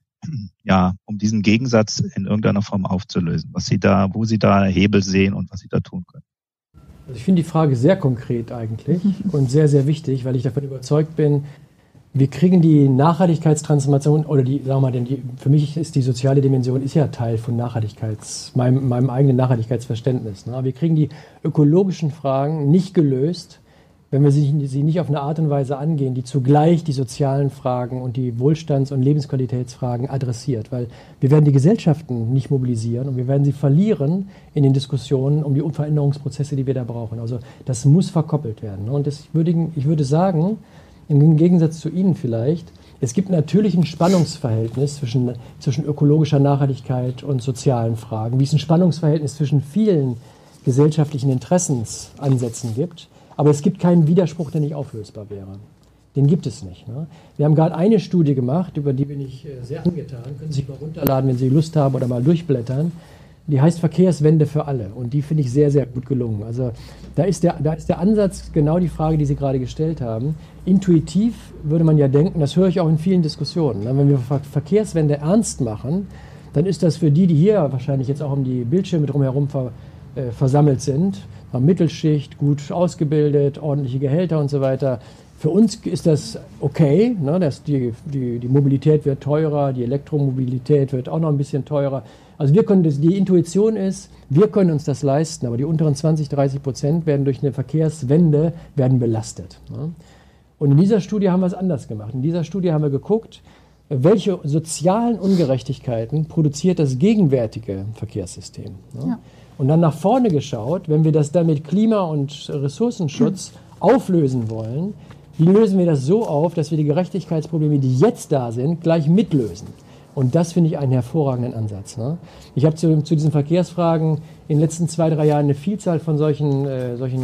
ja, um diesen Gegensatz in irgendeiner Form aufzulösen, was Sie da, wo Sie da Hebel sehen und was Sie da tun können. Also ich finde die Frage sehr konkret eigentlich und sehr, sehr wichtig, weil ich davon überzeugt bin, wir kriegen die Nachhaltigkeitstransformation oder die, sagen wir mal, denn die, für mich ist die soziale Dimension ist ja Teil von Nachhaltigkeits, meinem, meinem eigenen Nachhaltigkeitsverständnis. Ne? Wir kriegen die ökologischen Fragen nicht gelöst, wenn wir sie, sie nicht auf eine Art und Weise angehen, die zugleich die sozialen Fragen und die Wohlstands- und Lebensqualitätsfragen adressiert. Weil wir werden die Gesellschaften nicht mobilisieren und wir werden sie verlieren in den Diskussionen um die Veränderungsprozesse, die wir da brauchen. Also das muss verkoppelt werden. Und das, ich, würde, ich würde sagen, im Gegensatz zu Ihnen vielleicht, es gibt natürlich ein Spannungsverhältnis zwischen, zwischen ökologischer Nachhaltigkeit und sozialen Fragen, wie es ein Spannungsverhältnis zwischen vielen gesellschaftlichen Interessensansätzen gibt. Aber es gibt keinen Widerspruch, der nicht auflösbar wäre. Den gibt es nicht. Ne? Wir haben gerade eine Studie gemacht, über die bin ich sehr angetan. Können Sie sich mal runterladen, wenn Sie Lust haben oder mal durchblättern. Die heißt Verkehrswende für alle. Und die finde ich sehr, sehr gut gelungen. Also da ist, der, da ist der Ansatz genau die Frage, die Sie gerade gestellt haben. Intuitiv würde man ja denken, das höre ich auch in vielen Diskussionen. Ne? Wenn wir Ver- Verkehrswende ernst machen, dann ist das für die, die hier wahrscheinlich jetzt auch um die Bildschirme drumherum ver, äh, versammelt sind, Mittelschicht, gut ausgebildet, ordentliche Gehälter und so weiter. Für uns ist das okay, ne, dass die, die, die Mobilität wird teurer, die Elektromobilität wird auch noch ein bisschen teurer. Also wir können das, die Intuition ist, wir können uns das leisten, aber die unteren zwanzig, dreißig Prozent werden durch eine Verkehrswende werden belastet. Ne. Und in dieser Studie haben wir es anders gemacht. In dieser Studie haben wir geguckt, welche sozialen Ungerechtigkeiten produziert das gegenwärtige Verkehrssystem. Ne. Ja. Und dann nach vorne geschaut, wenn wir das dann mit Klima- und Ressourcenschutz auflösen wollen, wie lösen wir das so auf, dass wir die Gerechtigkeitsprobleme, die jetzt da sind, gleich mitlösen. Und das finde ich einen hervorragenden Ansatz. Ne? Ich habe zu, zu diesen Verkehrsfragen in den letzten zwei, drei Jahren eine Vielzahl von solchen, äh, solchen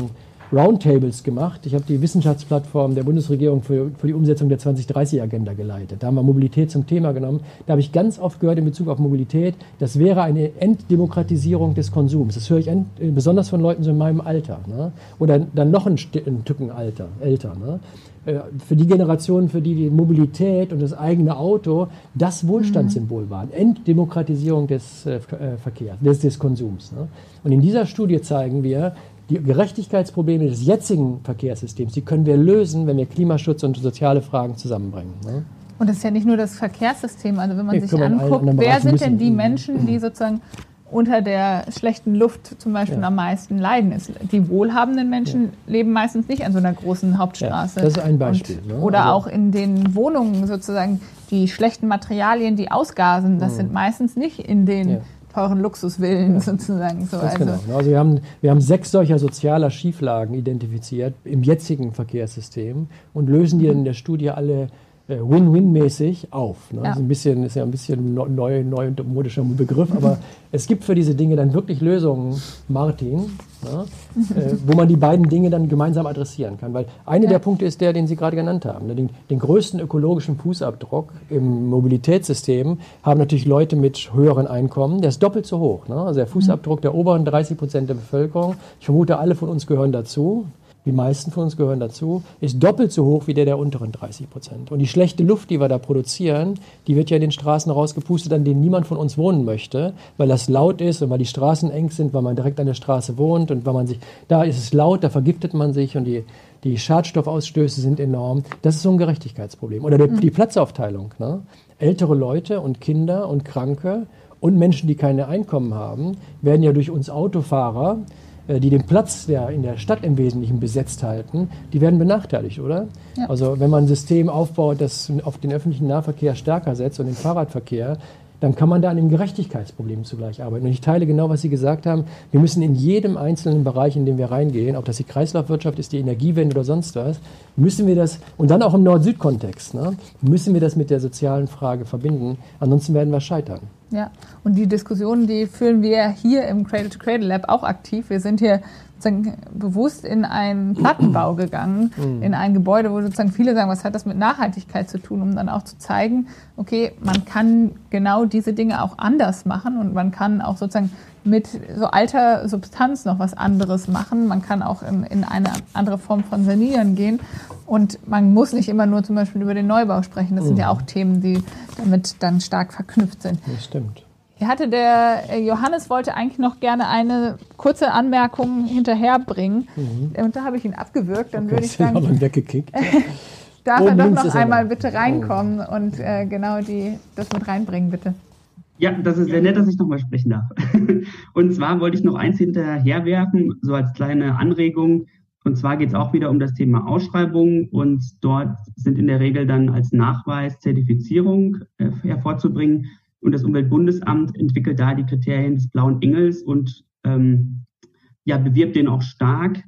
Roundtables gemacht. Ich habe die Wissenschaftsplattform der Bundesregierung für, für die Umsetzung der zwanzig dreißig Agenda geleitet. Da haben wir Mobilität zum Thema genommen. Da habe ich ganz oft gehört in Bezug auf Mobilität, das wäre eine Entdemokratisierung des Konsums. Das höre ich an, besonders von Leuten so in meinem Alter, ne? Oder dann noch ein, ein Tücken alter, älter. Ne? Für die Generation, für die die Mobilität und das eigene Auto das Wohlstandssymbol waren. Entdemokratisierung des äh, Verkehrs, des, des Konsums. Ne? Und in dieser Studie zeigen wir, die Gerechtigkeitsprobleme des jetzigen Verkehrssystems, die können wir lösen, wenn wir Klimaschutz und soziale Fragen zusammenbringen. Ne? Und das ist ja nicht nur das Verkehrssystem. Also wenn man ja, sich anguckt, wer sind denn die Menschen, die sozusagen unter der schlechten Luft zum Beispiel ja. am meisten leiden? Die wohlhabenden Menschen ja. leben meistens nicht an so einer großen Hauptstraße. Ja, das ist ein Beispiel. Und, ne? Oder also, auch in den Wohnungen sozusagen die schlechten Materialien, die ausgasen, das mhm. sind meistens nicht in den ja. teuren Luxusvillen ja. sozusagen. So, also. Genau. Also wir haben, wir haben sechs solcher sozialer Schieflagen identifiziert im jetzigen Verkehrssystem und lösen die dann in der Studie alle Win-Win-mäßig auf. Ne? Ja. Das ist, ein bisschen, ist ja ein bisschen neu, neu und modischer Begriff, aber es gibt für diese Dinge dann wirklich Lösungen, Martin, ne? äh, wo man die beiden Dinge dann gemeinsam adressieren kann. Weil einer ja. der Punkte ist der, den Sie gerade genannt haben. Ne? Den, den größten ökologischen Fußabdruck im Mobilitätssystem haben natürlich Leute mit höheren Einkommen. Der ist doppelt so hoch. Ne? Also der Fußabdruck der oberen dreißig Prozent der Bevölkerung, ich vermute, alle von uns gehören dazu, die meisten von uns gehören dazu, ist doppelt so hoch wie der der unteren dreißig Prozent. Und die schlechte Luft, die wir da produzieren, die wird ja in den Straßen rausgepustet, an denen niemand von uns wohnen möchte, weil das laut ist und weil die Straßen eng sind, weil man direkt an der Straße wohnt und weil man sich, da ist es laut, da vergiftet man sich und die, die Schadstoffausstöße sind enorm. Das ist so ein Gerechtigkeitsproblem. Oder der, mhm. die Platzaufteilung. Ne? Ältere Leute und Kinder und Kranke und Menschen, die keine Einkommen haben, werden ja durch uns Autofahrer, die den Platz der in der Stadt im Wesentlichen besetzt halten, die werden benachteiligt, oder? Ja. Also wenn man ein System aufbaut, das auf den öffentlichen Nahverkehr stärker setzt und den Fahrradverkehr, dann kann man da an dem Gerechtigkeitsproblem zugleich arbeiten. Und ich teile genau, was Sie gesagt haben. Wir müssen in jedem einzelnen Bereich, in dem wir reingehen, ob das die Kreislaufwirtschaft ist, die Energiewende oder sonst was, müssen wir das, und dann auch im Nord-Süd-Kontext, ne, müssen wir das mit der sozialen Frage verbinden. Ansonsten werden wir scheitern. Ja, und die Diskussionen, die führen wir hier im Cradle-to-Cradle-Lab auch aktiv. Wir sind hier sozusagen bewusst in einen Plattenbau gegangen, mhm. in ein Gebäude, wo sozusagen viele sagen, was hat das mit Nachhaltigkeit zu tun, um dann auch zu zeigen, okay, man kann genau diese Dinge auch anders machen und man kann auch sozusagen mit so alter Substanz noch was anderes machen. Man kann auch in, in eine andere Form von Sanieren gehen und man muss nicht immer nur zum Beispiel über den Neubau sprechen. Das mhm. sind ja auch Themen, die damit dann stark verknüpft sind. Das stimmt. Hier hatte der Johannes wollte eigentlich noch gerne eine kurze Anmerkung hinterherbringen. Mhm. Und da habe ich ihn abgewürgt. Dann okay, würde ich sagen, aber weggekickt. darf er doch noch einmal bitte reinkommen oh. und äh, genau die, das mit reinbringen, bitte. Ja, das ist sehr nett, dass ich nochmal sprechen darf. Und zwar wollte ich noch eins hinterherwerfen, so als kleine Anregung. Und zwar geht es auch wieder um das Thema Ausschreibung. Und dort sind in der Regel dann als Nachweis Zertifizierung äh, hervorzubringen. Und das Umweltbundesamt entwickelt da die Kriterien des Blauen Engels und ähm, ja, bewirbt den auch stark.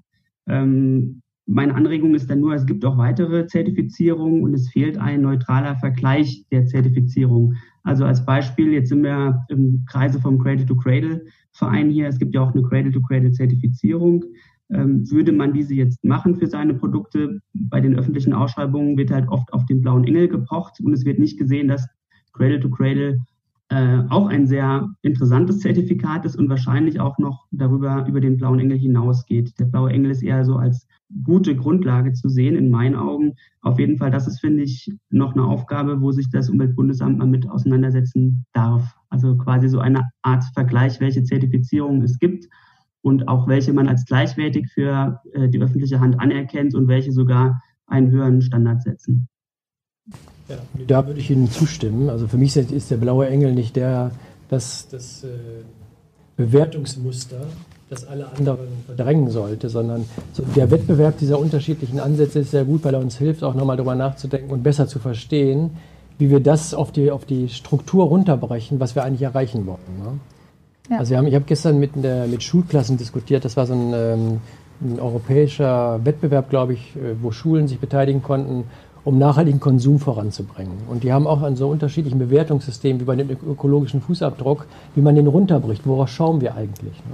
Ähm, meine Anregung ist dann nur, es gibt auch weitere Zertifizierungen und es fehlt ein neutraler Vergleich der Zertifizierung. Also als Beispiel, jetzt sind wir im Kreise vom Cradle-to-Cradle-Verein hier. Es gibt ja auch eine Cradle-to-Cradle-Zertifizierung. Ähm, würde man diese jetzt machen für seine Produkte, bei den öffentlichen Ausschreibungen wird halt oft auf den Blauen Engel gepocht und es wird nicht gesehen, dass Cradle-to-Cradle äh, auch ein sehr interessantes Zertifikat ist und wahrscheinlich auch noch darüber über den Blauen Engel hinausgeht. Der Blaue Engel ist eher so als gute Grundlage zu sehen, in meinen Augen. Auf jeden Fall, das ist, finde ich, noch eine Aufgabe, wo sich das Umweltbundesamt mal mit auseinandersetzen darf. Also quasi so eine Art Vergleich, welche Zertifizierungen es gibt und auch welche man als gleichwertig für äh, die öffentliche Hand anerkennt und welche sogar einen höheren Standard setzen. Ja, da würde ich Ihnen zustimmen. Also für mich ist der Blaue Engel nicht der, das, das äh, Bewertungsmuster, das alle anderen verdrängen sollte, sondern so der Wettbewerb dieser unterschiedlichen Ansätze ist sehr gut, weil er uns hilft, auch nochmal darüber nachzudenken und besser zu verstehen, wie wir das auf die, auf die Struktur runterbrechen, was wir eigentlich erreichen wollen. Ne? Ja. Also wir haben, ich habe gestern mit, der, mit Schulklassen diskutiert, das war so ein, ähm, ein europäischer Wettbewerb, glaube ich, wo Schulen sich beteiligen konnten, um nachhaltigen Konsum voranzubringen. Und die haben auch an so unterschiedlichen Bewertungssystemen wie bei dem ökologischen Fußabdruck, wie man den runterbricht, worauf schauen wir eigentlich. Ne?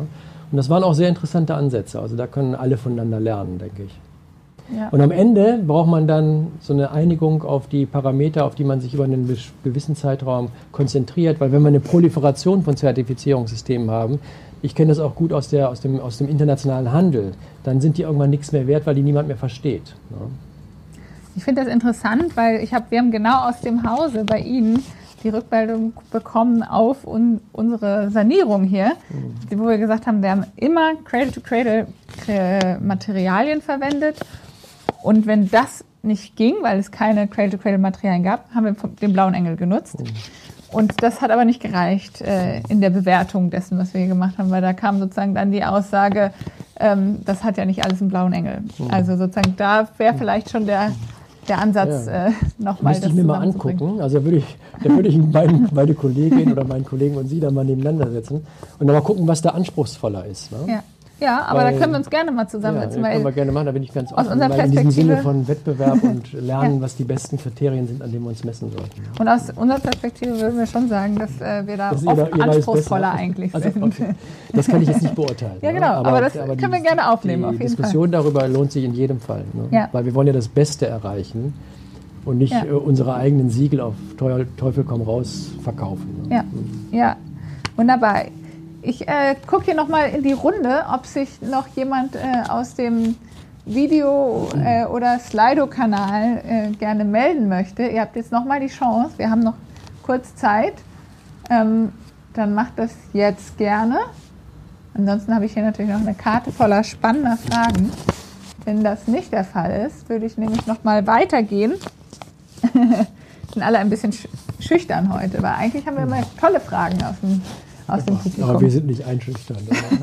Und das waren auch sehr interessante Ansätze. Also da können alle voneinander lernen, denke ich. Ja. Und am Ende braucht man dann so eine Einigung auf die Parameter, auf die man sich über einen gewissen Zeitraum konzentriert. Weil wenn wir eine Proliferation von Zertifizierungssystemen haben, ich kenne das auch gut aus, der, aus, dem, aus dem internationalen Handel, dann sind die irgendwann nichts mehr wert, weil die niemand mehr versteht. Ja. Ich finde das interessant, weil ich hab, wir haben genau aus dem Hause bei Ihnen die Rückmeldung bekommen auf un, unsere Sanierung hier, mhm. wo wir gesagt haben, wir haben immer Cradle-to-Cradle-Materialien verwendet. Und wenn das nicht ging, weil es keine Cradle-to-Cradle-Materialien gab, haben wir den blauen Engel genutzt. Mhm. Und das hat aber nicht gereicht äh, in der Bewertung dessen, was wir hier gemacht haben, weil da kam sozusagen dann die Aussage, ähm, das hat ja nicht alles einen blauen Engel. Mhm. Also sozusagen da wäre vielleicht schon der, der Ansatz ja. äh, nochmal. Müsste ich mir mal angucken. Also würde ich, da würde ich mein, meine Kollegin oder meinen Kollegen und Sie da mal nebeneinander setzen und dann mal gucken, was da anspruchsvoller ist. Ne? Ja. Ja, aber weil, da können wir uns gerne mal zusammensetzen. Ja, weil können wir gerne machen, da bin ich ganz offen. offen, weil in diesem Sinne von Wettbewerb und Lernen, ja. was die besten Kriterien sind, an denen wir uns messen sollten. Und aus unserer Perspektive würden wir schon sagen, dass äh, wir da das oft ihr, ihr anspruchsvoller eigentlich also, sind. Okay. Das kann ich jetzt nicht beurteilen. Ja, genau, aber, aber das aber können die, wir gerne aufnehmen. Die auf jeden Diskussion Fall. darüber lohnt sich in jedem Fall. Ne? Ja. Weil wir wollen ja das Beste erreichen und nicht ja. äh, unsere eigenen Siegel auf Teufel komm raus verkaufen. Ne? Ja. ja, wunderbar. Ich äh, gucke hier nochmal in die Runde, ob sich noch jemand äh, aus dem Video- äh, oder Slido-Kanal äh, gerne melden möchte. Ihr habt jetzt nochmal die Chance, wir haben noch kurz Zeit. Ähm, dann macht das jetzt gerne. Ansonsten habe ich hier natürlich noch eine Karte voller spannender Fragen. Wenn das nicht der Fall ist, würde ich nämlich nochmal weitergehen. Sind alle ein bisschen sch- schüchtern heute, weil eigentlich haben wir immer tolle Fragen aus dem aus dem Publikum. Aber wir sind nicht einschüchternd.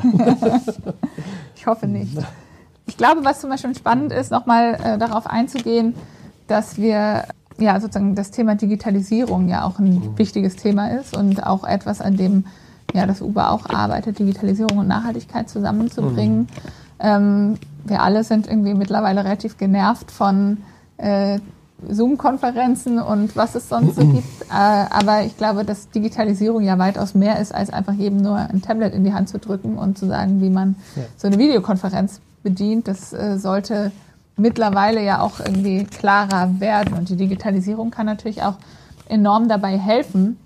Ich hoffe nicht. Ich glaube, was zum Beispiel spannend ist, nochmal äh, darauf einzugehen, dass wir ja sozusagen das Thema Digitalisierung ja auch ein mhm. wichtiges Thema ist und auch etwas, an dem ja das Uber auch arbeitet, Digitalisierung und Nachhaltigkeit zusammenzubringen. Mhm. Ähm, wir alle sind irgendwie mittlerweile relativ genervt von äh, Zoom-Konferenzen und was es sonst so gibt. Äh, aber ich glaube, dass Digitalisierung ja weitaus mehr ist, als einfach jedem nur ein Tablet in die Hand zu drücken und zu sagen, wie man ja. so eine Videokonferenz bedient. Das äh, sollte mittlerweile ja auch irgendwie klarer werden. Und die Digitalisierung kann natürlich auch enorm dabei helfen,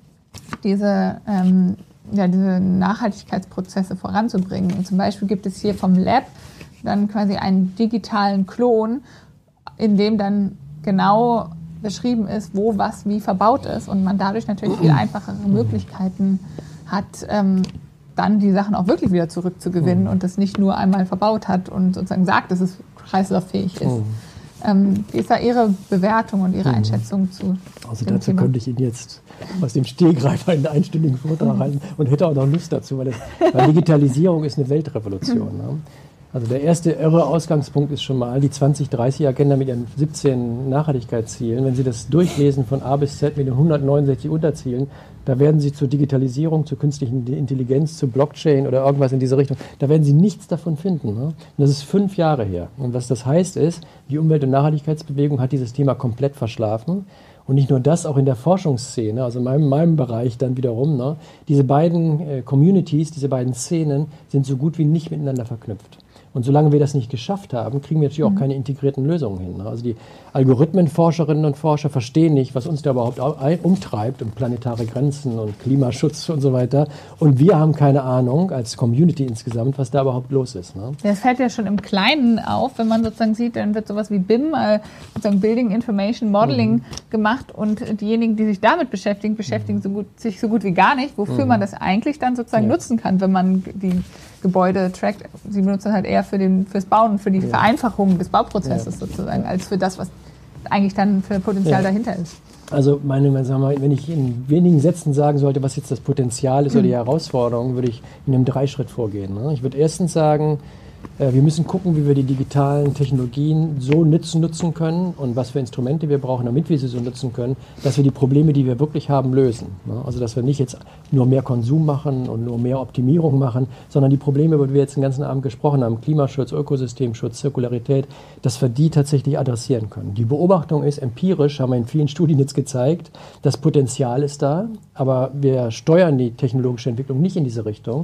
diese, ähm, ja, diese Nachhaltigkeitsprozesse voranzubringen. Und zum Beispiel gibt es hier vom Lab dann quasi einen digitalen Klon, in dem dann genau beschrieben ist, wo was wie verbaut ist und man dadurch natürlich viel einfachere Möglichkeiten hat, ähm, dann die Sachen auch wirklich wieder zurückzugewinnen und das nicht nur einmal verbaut hat und sozusagen sagt, dass es kreislauffähig ist. Ähm, wie ist da Ihre Bewertung und Ihre Einschätzung zu Also dem dazu Thema? könnte ich Ihnen jetzt aus dem Stehgreif einen einstündigen Vortrag halten und hätte auch noch Lust dazu, weil, das, weil Digitalisierung ist eine Weltrevolution. Ne? Also der erste irre Ausgangspunkt ist schon mal die zwanzig dreißig Agenda mit ihren siebzehn Nachhaltigkeitszielen. Wenn Sie das durchlesen von A bis Z mit den hundertneunundsechzig Unterzielen, da werden Sie zur Digitalisierung, zur künstlichen Intelligenz, zu Blockchain oder irgendwas in diese Richtung, da werden Sie nichts davon finden. Ne? Und das ist fünf Jahre her. Und was das heißt ist, die Umwelt- und Nachhaltigkeitsbewegung hat dieses Thema komplett verschlafen. Und nicht nur das, auch in der Forschungsszene, also in meinem, meinem Bereich dann wiederum, ne? Diese beiden äh, Communities, diese beiden Szenen sind so gut wie nicht miteinander verknüpft. Und solange wir das nicht geschafft haben, kriegen wir natürlich auch keine integrierten Lösungen hin. Also die Algorithmenforscherinnen und Forscher verstehen nicht, was uns da überhaupt umtreibt und planetare Grenzen und Klimaschutz und so weiter. Und wir haben keine Ahnung als Community insgesamt, was da überhaupt los ist. Ne? Das fällt ja schon im Kleinen auf, wenn man sozusagen sieht, dann wird sowas wie B I M, äh, sozusagen Building Information Modeling mhm. gemacht und diejenigen, die sich damit beschäftigen, beschäftigen so gut, sich so gut wie gar nicht, wofür mhm. man das eigentlich dann sozusagen ja. nutzen kann, wenn man die Gebäude trackt. Sie benutzen halt eher für den, fürs Bauen, für die ja. Vereinfachung des Bauprozesses ja. sozusagen, als für das, was eigentlich dann für Potenzial ja. dahinter ist. Also meine, sagen wir mal, wenn ich in wenigen Sätzen sagen sollte, was jetzt das Potenzial ist mhm. oder die Herausforderung, würde ich in einem Dreischritt vorgehen. Ne? Ich würde erstens sagen, äh, wir müssen gucken, wie wir die digitalen Technologien so nutzen, nutzen können und was für Instrumente wir brauchen, damit wir sie so nutzen können, dass wir die Probleme, die wir wirklich haben, lösen. Ne? Also dass wir nicht jetzt nur mehr Konsum machen und nur mehr Optimierung machen, sondern die Probleme, über die wir jetzt den ganzen Abend gesprochen haben, Klimaschutz, Ökosystemschutz, Zirkularität, dass wir die tatsächlich adressieren können. Die Beobachtung ist empirisch, haben wir in vielen Studien jetzt gezeigt, das Potenzial ist da, aber wir steuern die technologische Entwicklung nicht in diese Richtung.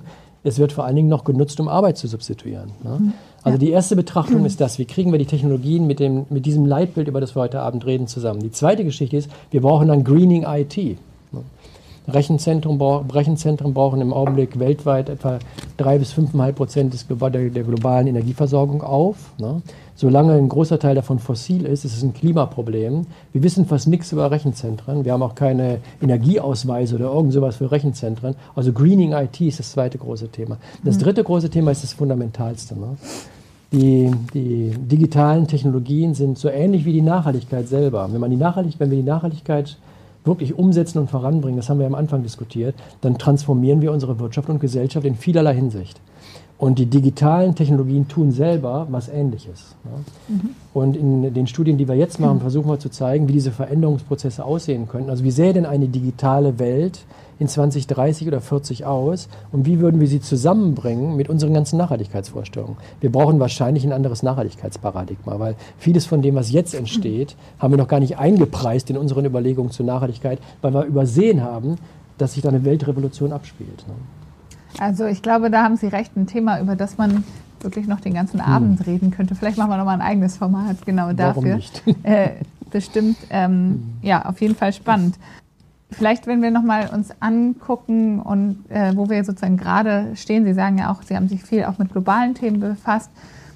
es wird vor allen Dingen noch genutzt, um Arbeit zu substituieren. Ne? Also die erste Betrachtung ist das, wie kriegen wir die Technologien mit, dem, mit diesem Leitbild, über das wir heute Abend reden, zusammen. Die zweite Geschichte ist, wir brauchen dann Greening I T. Rechenzentren, Rechenzentren brauchen im Augenblick weltweit etwa drei bis fünfeinhalb Prozent des Global, der, der globalen Energieversorgung auf. Ne? Solange ein großer Teil davon fossil ist, ist es ein Klimaproblem. Wir wissen fast nichts über Rechenzentren. Wir haben auch keine Energieausweise oder irgend sowas für Rechenzentren. Also Greening I T ist das zweite große Thema. Das dritte große Thema ist das Fundamentalste. Ne? Die, die digitalen Technologien sind so ähnlich wie die Nachhaltigkeit selber. Wenn man die Nachhaltigkeit, wenn wir die Nachhaltigkeit wirklich umsetzen und voranbringen, das haben wir am Anfang diskutiert, dann transformieren wir unsere Wirtschaft und Gesellschaft in vielerlei Hinsicht. Und die digitalen Technologien tun selber was Ähnliches. Ne? Mhm. Und in den Studien, die wir jetzt machen, versuchen wir zu zeigen, wie diese Veränderungsprozesse aussehen könnten. Also wie sähe denn eine digitale Welt in zwanzig dreißig oder vierzig aus und wie würden wir sie zusammenbringen mit unseren ganzen Nachhaltigkeitsvorstellungen? Wir brauchen wahrscheinlich ein anderes Nachhaltigkeitsparadigma, weil vieles von dem, was jetzt entsteht, haben wir noch gar nicht eingepreist in unseren Überlegungen zur Nachhaltigkeit, weil wir übersehen haben, dass sich da eine Weltrevolution abspielt. Ne? Also ich glaube, da haben Sie recht, ein Thema, über das man wirklich noch den ganzen Abend hm. reden könnte. Vielleicht machen wir noch mal ein eigenes Format genau dafür. Warum nicht? äh, bestimmt, ähm, hm. ja, auf jeden Fall spannend. Vielleicht, wenn wir noch mal uns angucken und äh, wo wir sozusagen gerade stehen, Sie sagen ja auch, Sie haben sich viel auch mit globalen Themen befasst.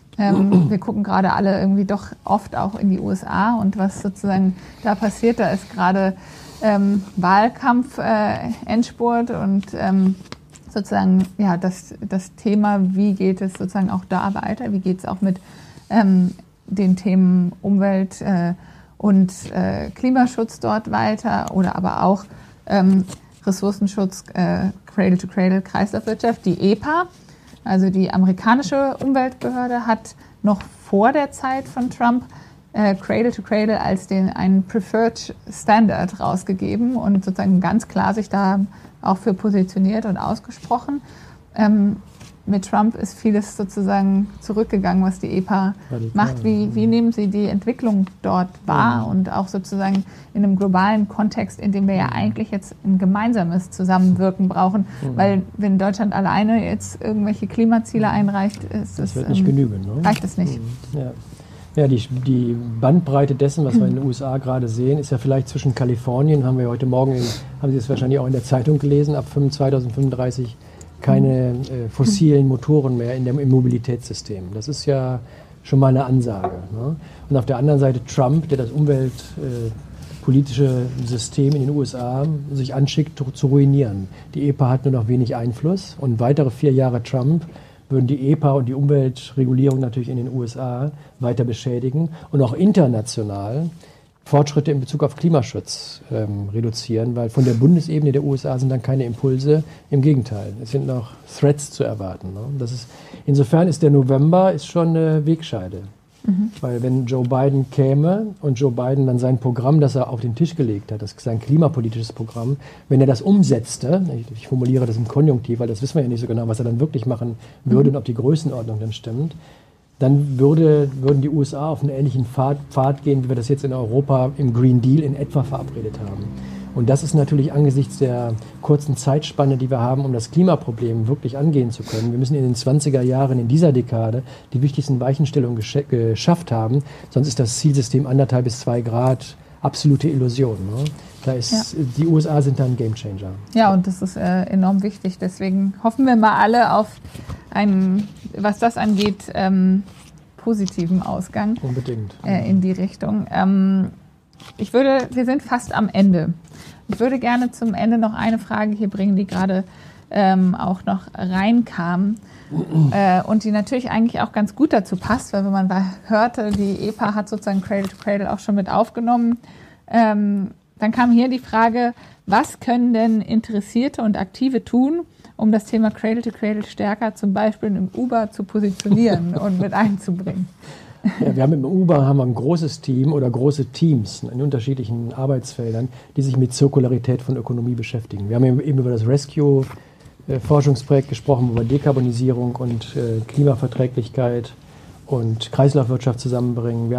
Ähm, wir gucken gerade alle irgendwie doch oft auch in die U S A und was sozusagen da passiert. Da ist gerade ähm, Wahlkampf, äh, Endspurt und ähm, sozusagen ja das, das Thema, wie geht es sozusagen auch da weiter, wie geht es auch mit ähm, den Themen Umwelt äh, und äh, Klimaschutz dort weiter oder aber auch ähm, Ressourcenschutz, äh, Cradle-to-Cradle, Kreislaufwirtschaft. Die E P A, also die amerikanische Umweltbehörde, hat noch vor der Zeit von Trump äh, Cradle-to-Cradle als den einen Preferred Standard rausgegeben und sozusagen ganz klar sich da auch für positioniert und ausgesprochen. Ähm, mit Trump ist vieles sozusagen zurückgegangen, was die E P A Radikal. macht. Wie, wie nehmen Sie die Entwicklung dort wahr mhm. und auch sozusagen in einem globalen Kontext, in dem wir ja eigentlich jetzt ein gemeinsames Zusammenwirken brauchen? Mhm. Weil wenn Deutschland alleine jetzt irgendwelche Klimaziele einreicht, ist das es, wird nicht ähm, genügen, ne? reicht es nicht. Mhm. Ja. Ja, die, die Bandbreite dessen, was wir in den U S A gerade sehen, ist ja vielleicht zwischen Kalifornien, haben wir heute Morgen, in, haben Sie es wahrscheinlich auch in der Zeitung gelesen, ab zweitausendfünfunddreißig keine äh, fossilen Motoren mehr in dem, im Mobilitätssystem. Das ist ja schon mal eine Ansage. Ne? Und auf der anderen Seite Trump, der das umweltpolitische äh, System in den U S A sich anschickt zu ruinieren. Die E P A hat nur noch wenig Einfluss und weitere vier Jahre Trump würden die E P A und die Umweltregulierung natürlich in den U S A weiter beschädigen und auch international Fortschritte in Bezug auf Klimaschutz ähm, reduzieren, weil von der Bundesebene der U S A sind dann keine Impulse, im Gegenteil, es sind noch Threats zu erwarten. Ne? Das ist, insofern ist der November ist schon eine Wegscheide, mhm. weil wenn Joe Biden käme und Joe Biden dann sein Programm, das er auf den Tisch gelegt hat, das ist sein klimapolitisches Programm, wenn er das umsetzte, ich, ich formuliere das im Konjunktiv, weil das wissen wir ja nicht so genau, was er dann wirklich machen würde mhm. und ob die Größenordnung dann stimmt, dann würde, würden die U S A auf einen ähnlichen Pfad, Pfad gehen, wie wir das jetzt in Europa im Green Deal in etwa verabredet haben. Und das ist natürlich angesichts der kurzen Zeitspanne, die wir haben, um das Klimaproblem wirklich angehen zu können. Wir müssen in den zwanziger Jahren in dieser Dekade die wichtigsten Weichenstellungen gesch- geschafft haben, sonst ist das Zielsystem anderthalb bis zwei Grad absolute Illusion. Ne? Da ist, ja. Die U S A sind da ein Gamechanger. Ja, und das ist äh, enorm wichtig. Deswegen hoffen wir mal alle auf einen, was das angeht, ähm, positiven Ausgang. Unbedingt. Äh, in die Richtung. Ähm, ich würde, wir sind fast am Ende. Ich würde gerne zum Ende noch eine Frage hier bringen, die gerade ähm, auch noch reinkam. Äh, und die natürlich eigentlich auch ganz gut dazu passt, weil wenn man da hörte, die E P A hat sozusagen Cradle to Cradle auch schon mit aufgenommen. Ähm, dann kam hier die Frage, was können denn Interessierte und Aktive tun, um das Thema Cradle to Cradle stärker zum Beispiel im Uber zu positionieren und mit einzubringen? Ja, wir haben im Uber haben wir ein großes Team oder große Teams in unterschiedlichen Arbeitsfeldern, die sich mit Zirkularität von Ökonomie beschäftigen. Wir haben eben über das Rescue Forschungsprojekt gesprochen, wo wir Dekarbonisierung und äh, Klimaverträglichkeit und Kreislaufwirtschaft zusammenbringen. Wir haben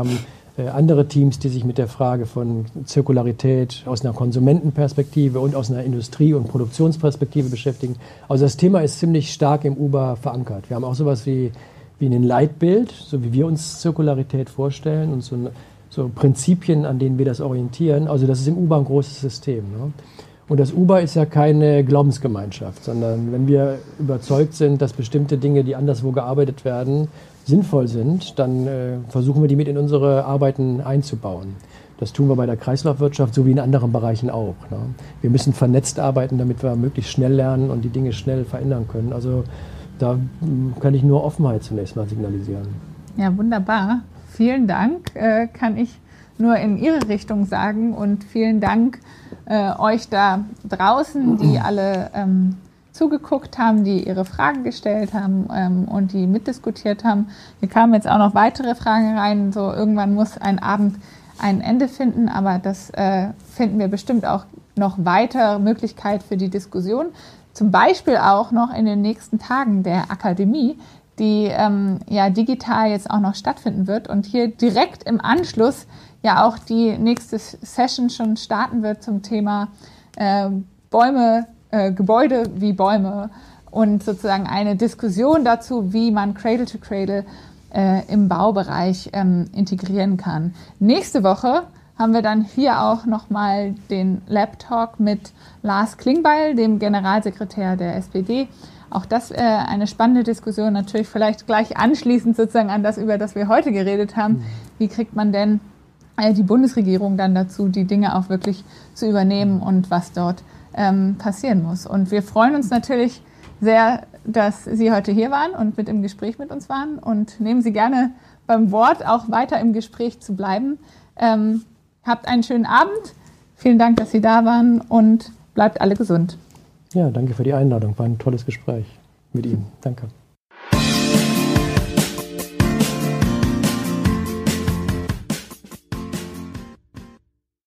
äh, andere Teams, die sich mit der Frage von Zirkularität aus einer Konsumentenperspektive und aus einer Industrie- und Produktionsperspektive beschäftigen. Also das Thema ist ziemlich stark im Uber verankert. Wir haben auch sowas wie, wie ein Leitbild, so wie wir uns Zirkularität vorstellen und so, so Prinzipien, an denen wir das orientieren. Also das ist im Uber ein großes System. Ne? Und das Uber ist ja keine Glaubensgemeinschaft, sondern wenn wir überzeugt sind, dass bestimmte Dinge, die anderswo gearbeitet werden, sinnvoll sind, dann äh, versuchen wir die mit in unsere Arbeiten einzubauen. Das tun wir bei der Kreislaufwirtschaft so wie in anderen Bereichen auch. Ne? Wir müssen vernetzt arbeiten, damit wir möglichst schnell lernen und die Dinge schnell verändern können. Also da mh, kann ich nur Offenheit zunächst mal signalisieren. Ja, wunderbar. Vielen Dank, äh, kann ich nur in Ihre Richtung sagen und vielen Dank äh, euch da draußen, die alle ähm, zugeguckt haben, die ihre Fragen gestellt haben ähm, und die mitdiskutiert haben. Hier kamen jetzt auch noch weitere Fragen rein. So irgendwann muss ein Abend ein Ende finden, aber das äh, finden wir bestimmt auch noch weitere Möglichkeit für die Diskussion. Zum Beispiel auch noch in den nächsten Tagen der Akademie, die ähm, ja digital jetzt auch noch stattfinden wird und hier direkt im Anschluss ja auch die nächste Session schon starten wird zum Thema äh, Bäume, äh, Gebäude wie Bäume und sozusagen eine Diskussion dazu, wie man Cradle to Cradle äh, im Baubereich ähm, integrieren kann. Nächste Woche haben wir dann hier auch nochmal den Lab Talk mit Lars Klingbeil, dem Generalsekretär der S P D. Auch das äh, eine spannende Diskussion, natürlich vielleicht gleich anschließend sozusagen an das, über das wir heute geredet haben. Wie kriegt man denn äh, die Bundesregierung dann dazu, die Dinge auch wirklich zu übernehmen und was dort ähm, passieren muss. Und wir freuen uns natürlich sehr, dass Sie heute hier waren und mit im Gespräch mit uns waren und nehmen Sie gerne beim Wort, auch weiter im Gespräch zu bleiben. Ähm, habt einen schönen Abend. Vielen Dank, dass Sie da waren und bleibt alle gesund. Ja, danke für die Einladung. War ein tolles Gespräch mit Ihnen. Danke.